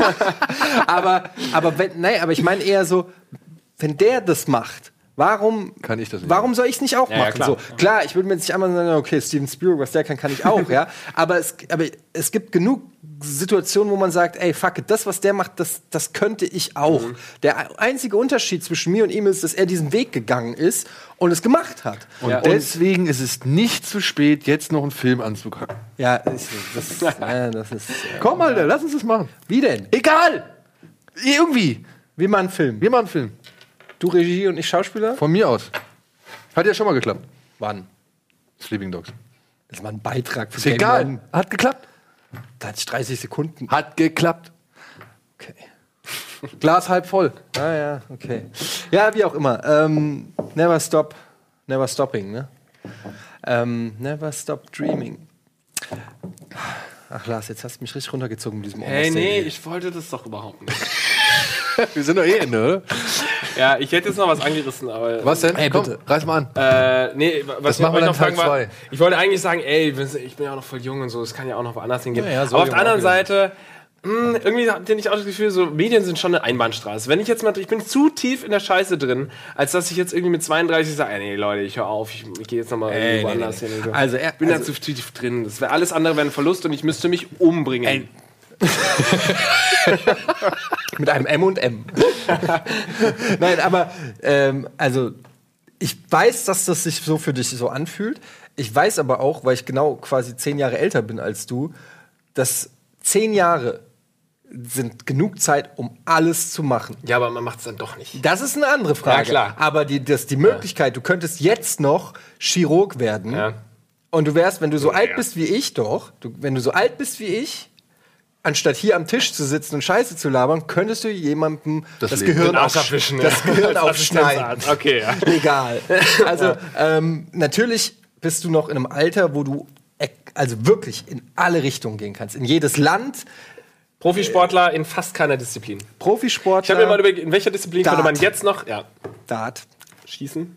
aber, aber, wenn, nein, aber ich meine eher so, wenn der das macht, warum, kann ich das nicht warum soll ich es nicht auch ja, machen? ja, klar. So, klar, ich würde mir jetzt nicht einmal sagen, okay, Steven Spielberg, was der kann, kann ich auch, ja. Aber es, aber es gibt genug Situationen, wo man sagt, ey, fuck it, das, was der macht, das, das könnte ich auch. Mhm. Der einzige Unterschied zwischen mir und ihm ist, dass er diesen Weg gegangen ist und es gemacht hat. Und ja. deswegen ist es nicht zu spät, jetzt noch einen Film anzugucken. Ja, das, das, ja, das ist... Komm, Alter, lass uns das machen. Wie denn? Egal! Irgendwie. Wir machen einen Film. Wir machen einen Film. Du Regie und ich Schauspieler? Von mir aus. Hat ja schon mal geklappt. Wann? Sleeping Dogs. Das war ein Beitrag für Ist egal. Hat geklappt. Da hatte ich dreißig Sekunden. Hat geklappt. Okay. Glas halb voll. Ah ja, okay. Ja, wie auch immer. Ähm, never stop, never stopping, ne? Ähm, never stop dreaming. Ach Lars, jetzt hast du mich richtig runtergezogen mit diesem Hey, nee, ich wollte das doch überhaupt nicht. Wir sind doch eh Ende, oder? Ja, ich hätte jetzt noch was angerissen, aber... Was denn? Ey, komm, bitte. reiß mal an. Äh, nee, was das ich machen wir dann noch fragen Teil war, zwei. ich wollte eigentlich sagen, ey, ich bin ja auch noch voll jung und so, es kann ja auch noch woanders hingehen. Ja, ja, so aber auf jung der anderen auch Seite, mh, irgendwie hatte ich auch das Gefühl, so Medien sind schon eine Einbahnstraße. Wenn ich jetzt mal, ich bin zu tief in der Scheiße drin, als dass ich jetzt irgendwie mit zweiunddreißig sage, ey, nee, Leute, ich höre auf, ich, ich gehe jetzt nochmal Ey, irgendwo nee, anders nee. hin. Und so. Also, er, ich bin also, da zu tief drin. Das wäre alles andere wäre ein Verlust und ich müsste mich umbringen. Ey. Mit einem M und M. Nein, aber ähm, also ich weiß, dass das sich so für dich so anfühlt. Ich weiß aber auch, weil ich genau quasi zehn Jahre älter bin als du, dass zehn Jahre sind genug Zeit, um alles zu machen. Ja, aber man macht es dann doch nicht. Das ist eine andere Frage. Ja, klar. Aber die, das, die Möglichkeit, du könntest jetzt noch Chirurg werden. Ja. Und du wärst, wenn du so Ja. alt bist wie ich doch, du, wenn du so alt bist wie ich, anstatt hier am Tisch zu sitzen und Scheiße zu labern, könntest du jemandem das, Das das Leben. Gehirn, Den Arsch aufsch- abwischen, das ja. Gehirn Als aufschneiden. Assistenzarzt. Okay, ja. Egal. Also ähm, natürlich bist du noch in einem Alter, wo du e- also wirklich in alle Richtungen gehen kannst. In jedes Land. Profisportler in fast keiner Disziplin. Ich Profisportler. habe mir mal überlegt, in welcher Disziplin Dart. könnte man jetzt noch ja, Dart. schießen?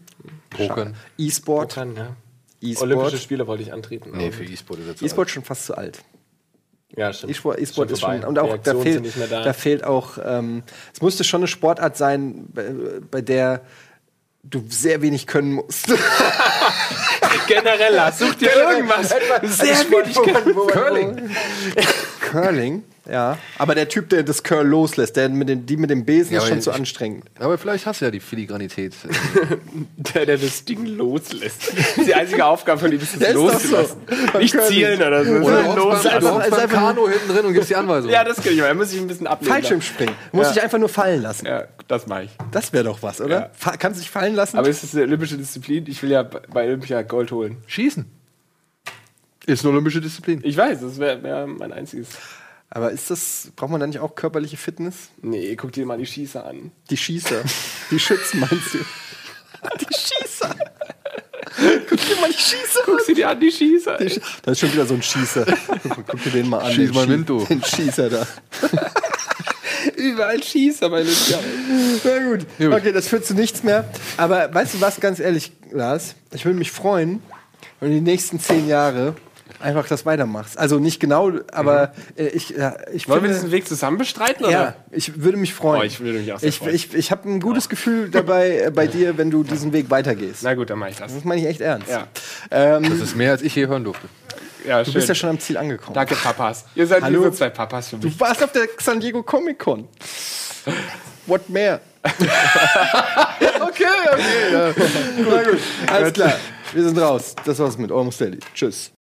Pokern. E-Sport. Kann, ja. E-Sport. Olympische Spiele wollte ich antreten. Nee, für E-Sport ist jetzt E-Sport schon fast zu alt. Ja, stimmt. E-Sport, E-Sport ist vorbei. schon, und auch da Reaktionen fehlt, sind nicht mehr da. da fehlt auch, ähm, es musste schon eine Sportart sein, bei, bei der du sehr wenig können musst. Generell, Lars, such dir irgendwas. Sehr wenig können. Curling. Curling, ja. Aber der Typ, der das Curl loslässt, der mit dem, die mit dem Besen, Ja, ist aber schon ich- zu anstrengend. Aber vielleicht hast du ja die Filigranität. Der, der das Ding loslässt. Das ist die einzige Aufgabe von ihm, ist es Der ist doch loszulassen. so. Nicht Beim zielen oder so. Oder sondern du hockst beim, loslassen. du hockst Also beim einfach- Kanu hinten drin und gibst die Anweisung. Ja, das kann ich mal. Er muss sich ein bisschen abnehmen. Fallschirmspringen. Muss Ja. ich einfach nur fallen lassen. Ja, das mache ich. Das wäre doch was, oder? Ja. Fa kannst du dich fallen lassen? Aber ist das eine olympische Disziplin? Ich will ja bei Olympia Gold holen. Schießen. Ist eine olympische Disziplin. Ich weiß, das wäre wär mein einziges. Aber ist das, braucht man da nicht auch körperliche Fitness? Nee, guck dir mal die Schießer an. Die Schießer. Die Schützen, meinst du? Die Schießer. Guck dir mal die Schießer Guck sie dir an, die Schießer. an. Da ist schon wieder so ein Schießer. Guck, guck dir den mal an. Schieß den mal Schie- Wind, du. Den Schießer da. Überall Schießer bei Olympia. Na gut. Okay, das führt zu nichts mehr. Aber weißt du was, ganz ehrlich, Lars? Ich würde mich freuen, wenn du die nächsten zehn Jahre einfach das weitermachst. Also nicht genau, aber äh, ich, ja, ich Wollen wir finde- diesen Weg zusammen bestreiten? Ja, Oder? ich würde mich freuen. Oh, ich würde mich auch sehr ich, freuen. Ich, ich habe ein gutes Gefühl dabei äh, bei dir, wenn du diesen Weg weitergehst. Na gut, dann mache ich das. Das meine ich echt ernst. Ja, Ähm, Das ist mehr, als ich je hören durfte. ja du schön. bist ja schon am Ziel angekommen. Danke, Papas. Ihr seid Hallo? wie so zwei Papas für mich. Du warst auf der San Diego Comic Con. What mehr? okay, okay. Ja. Na gut, alles klar. Wir sind raus. Das war's mit Almost Daily. Tschüss.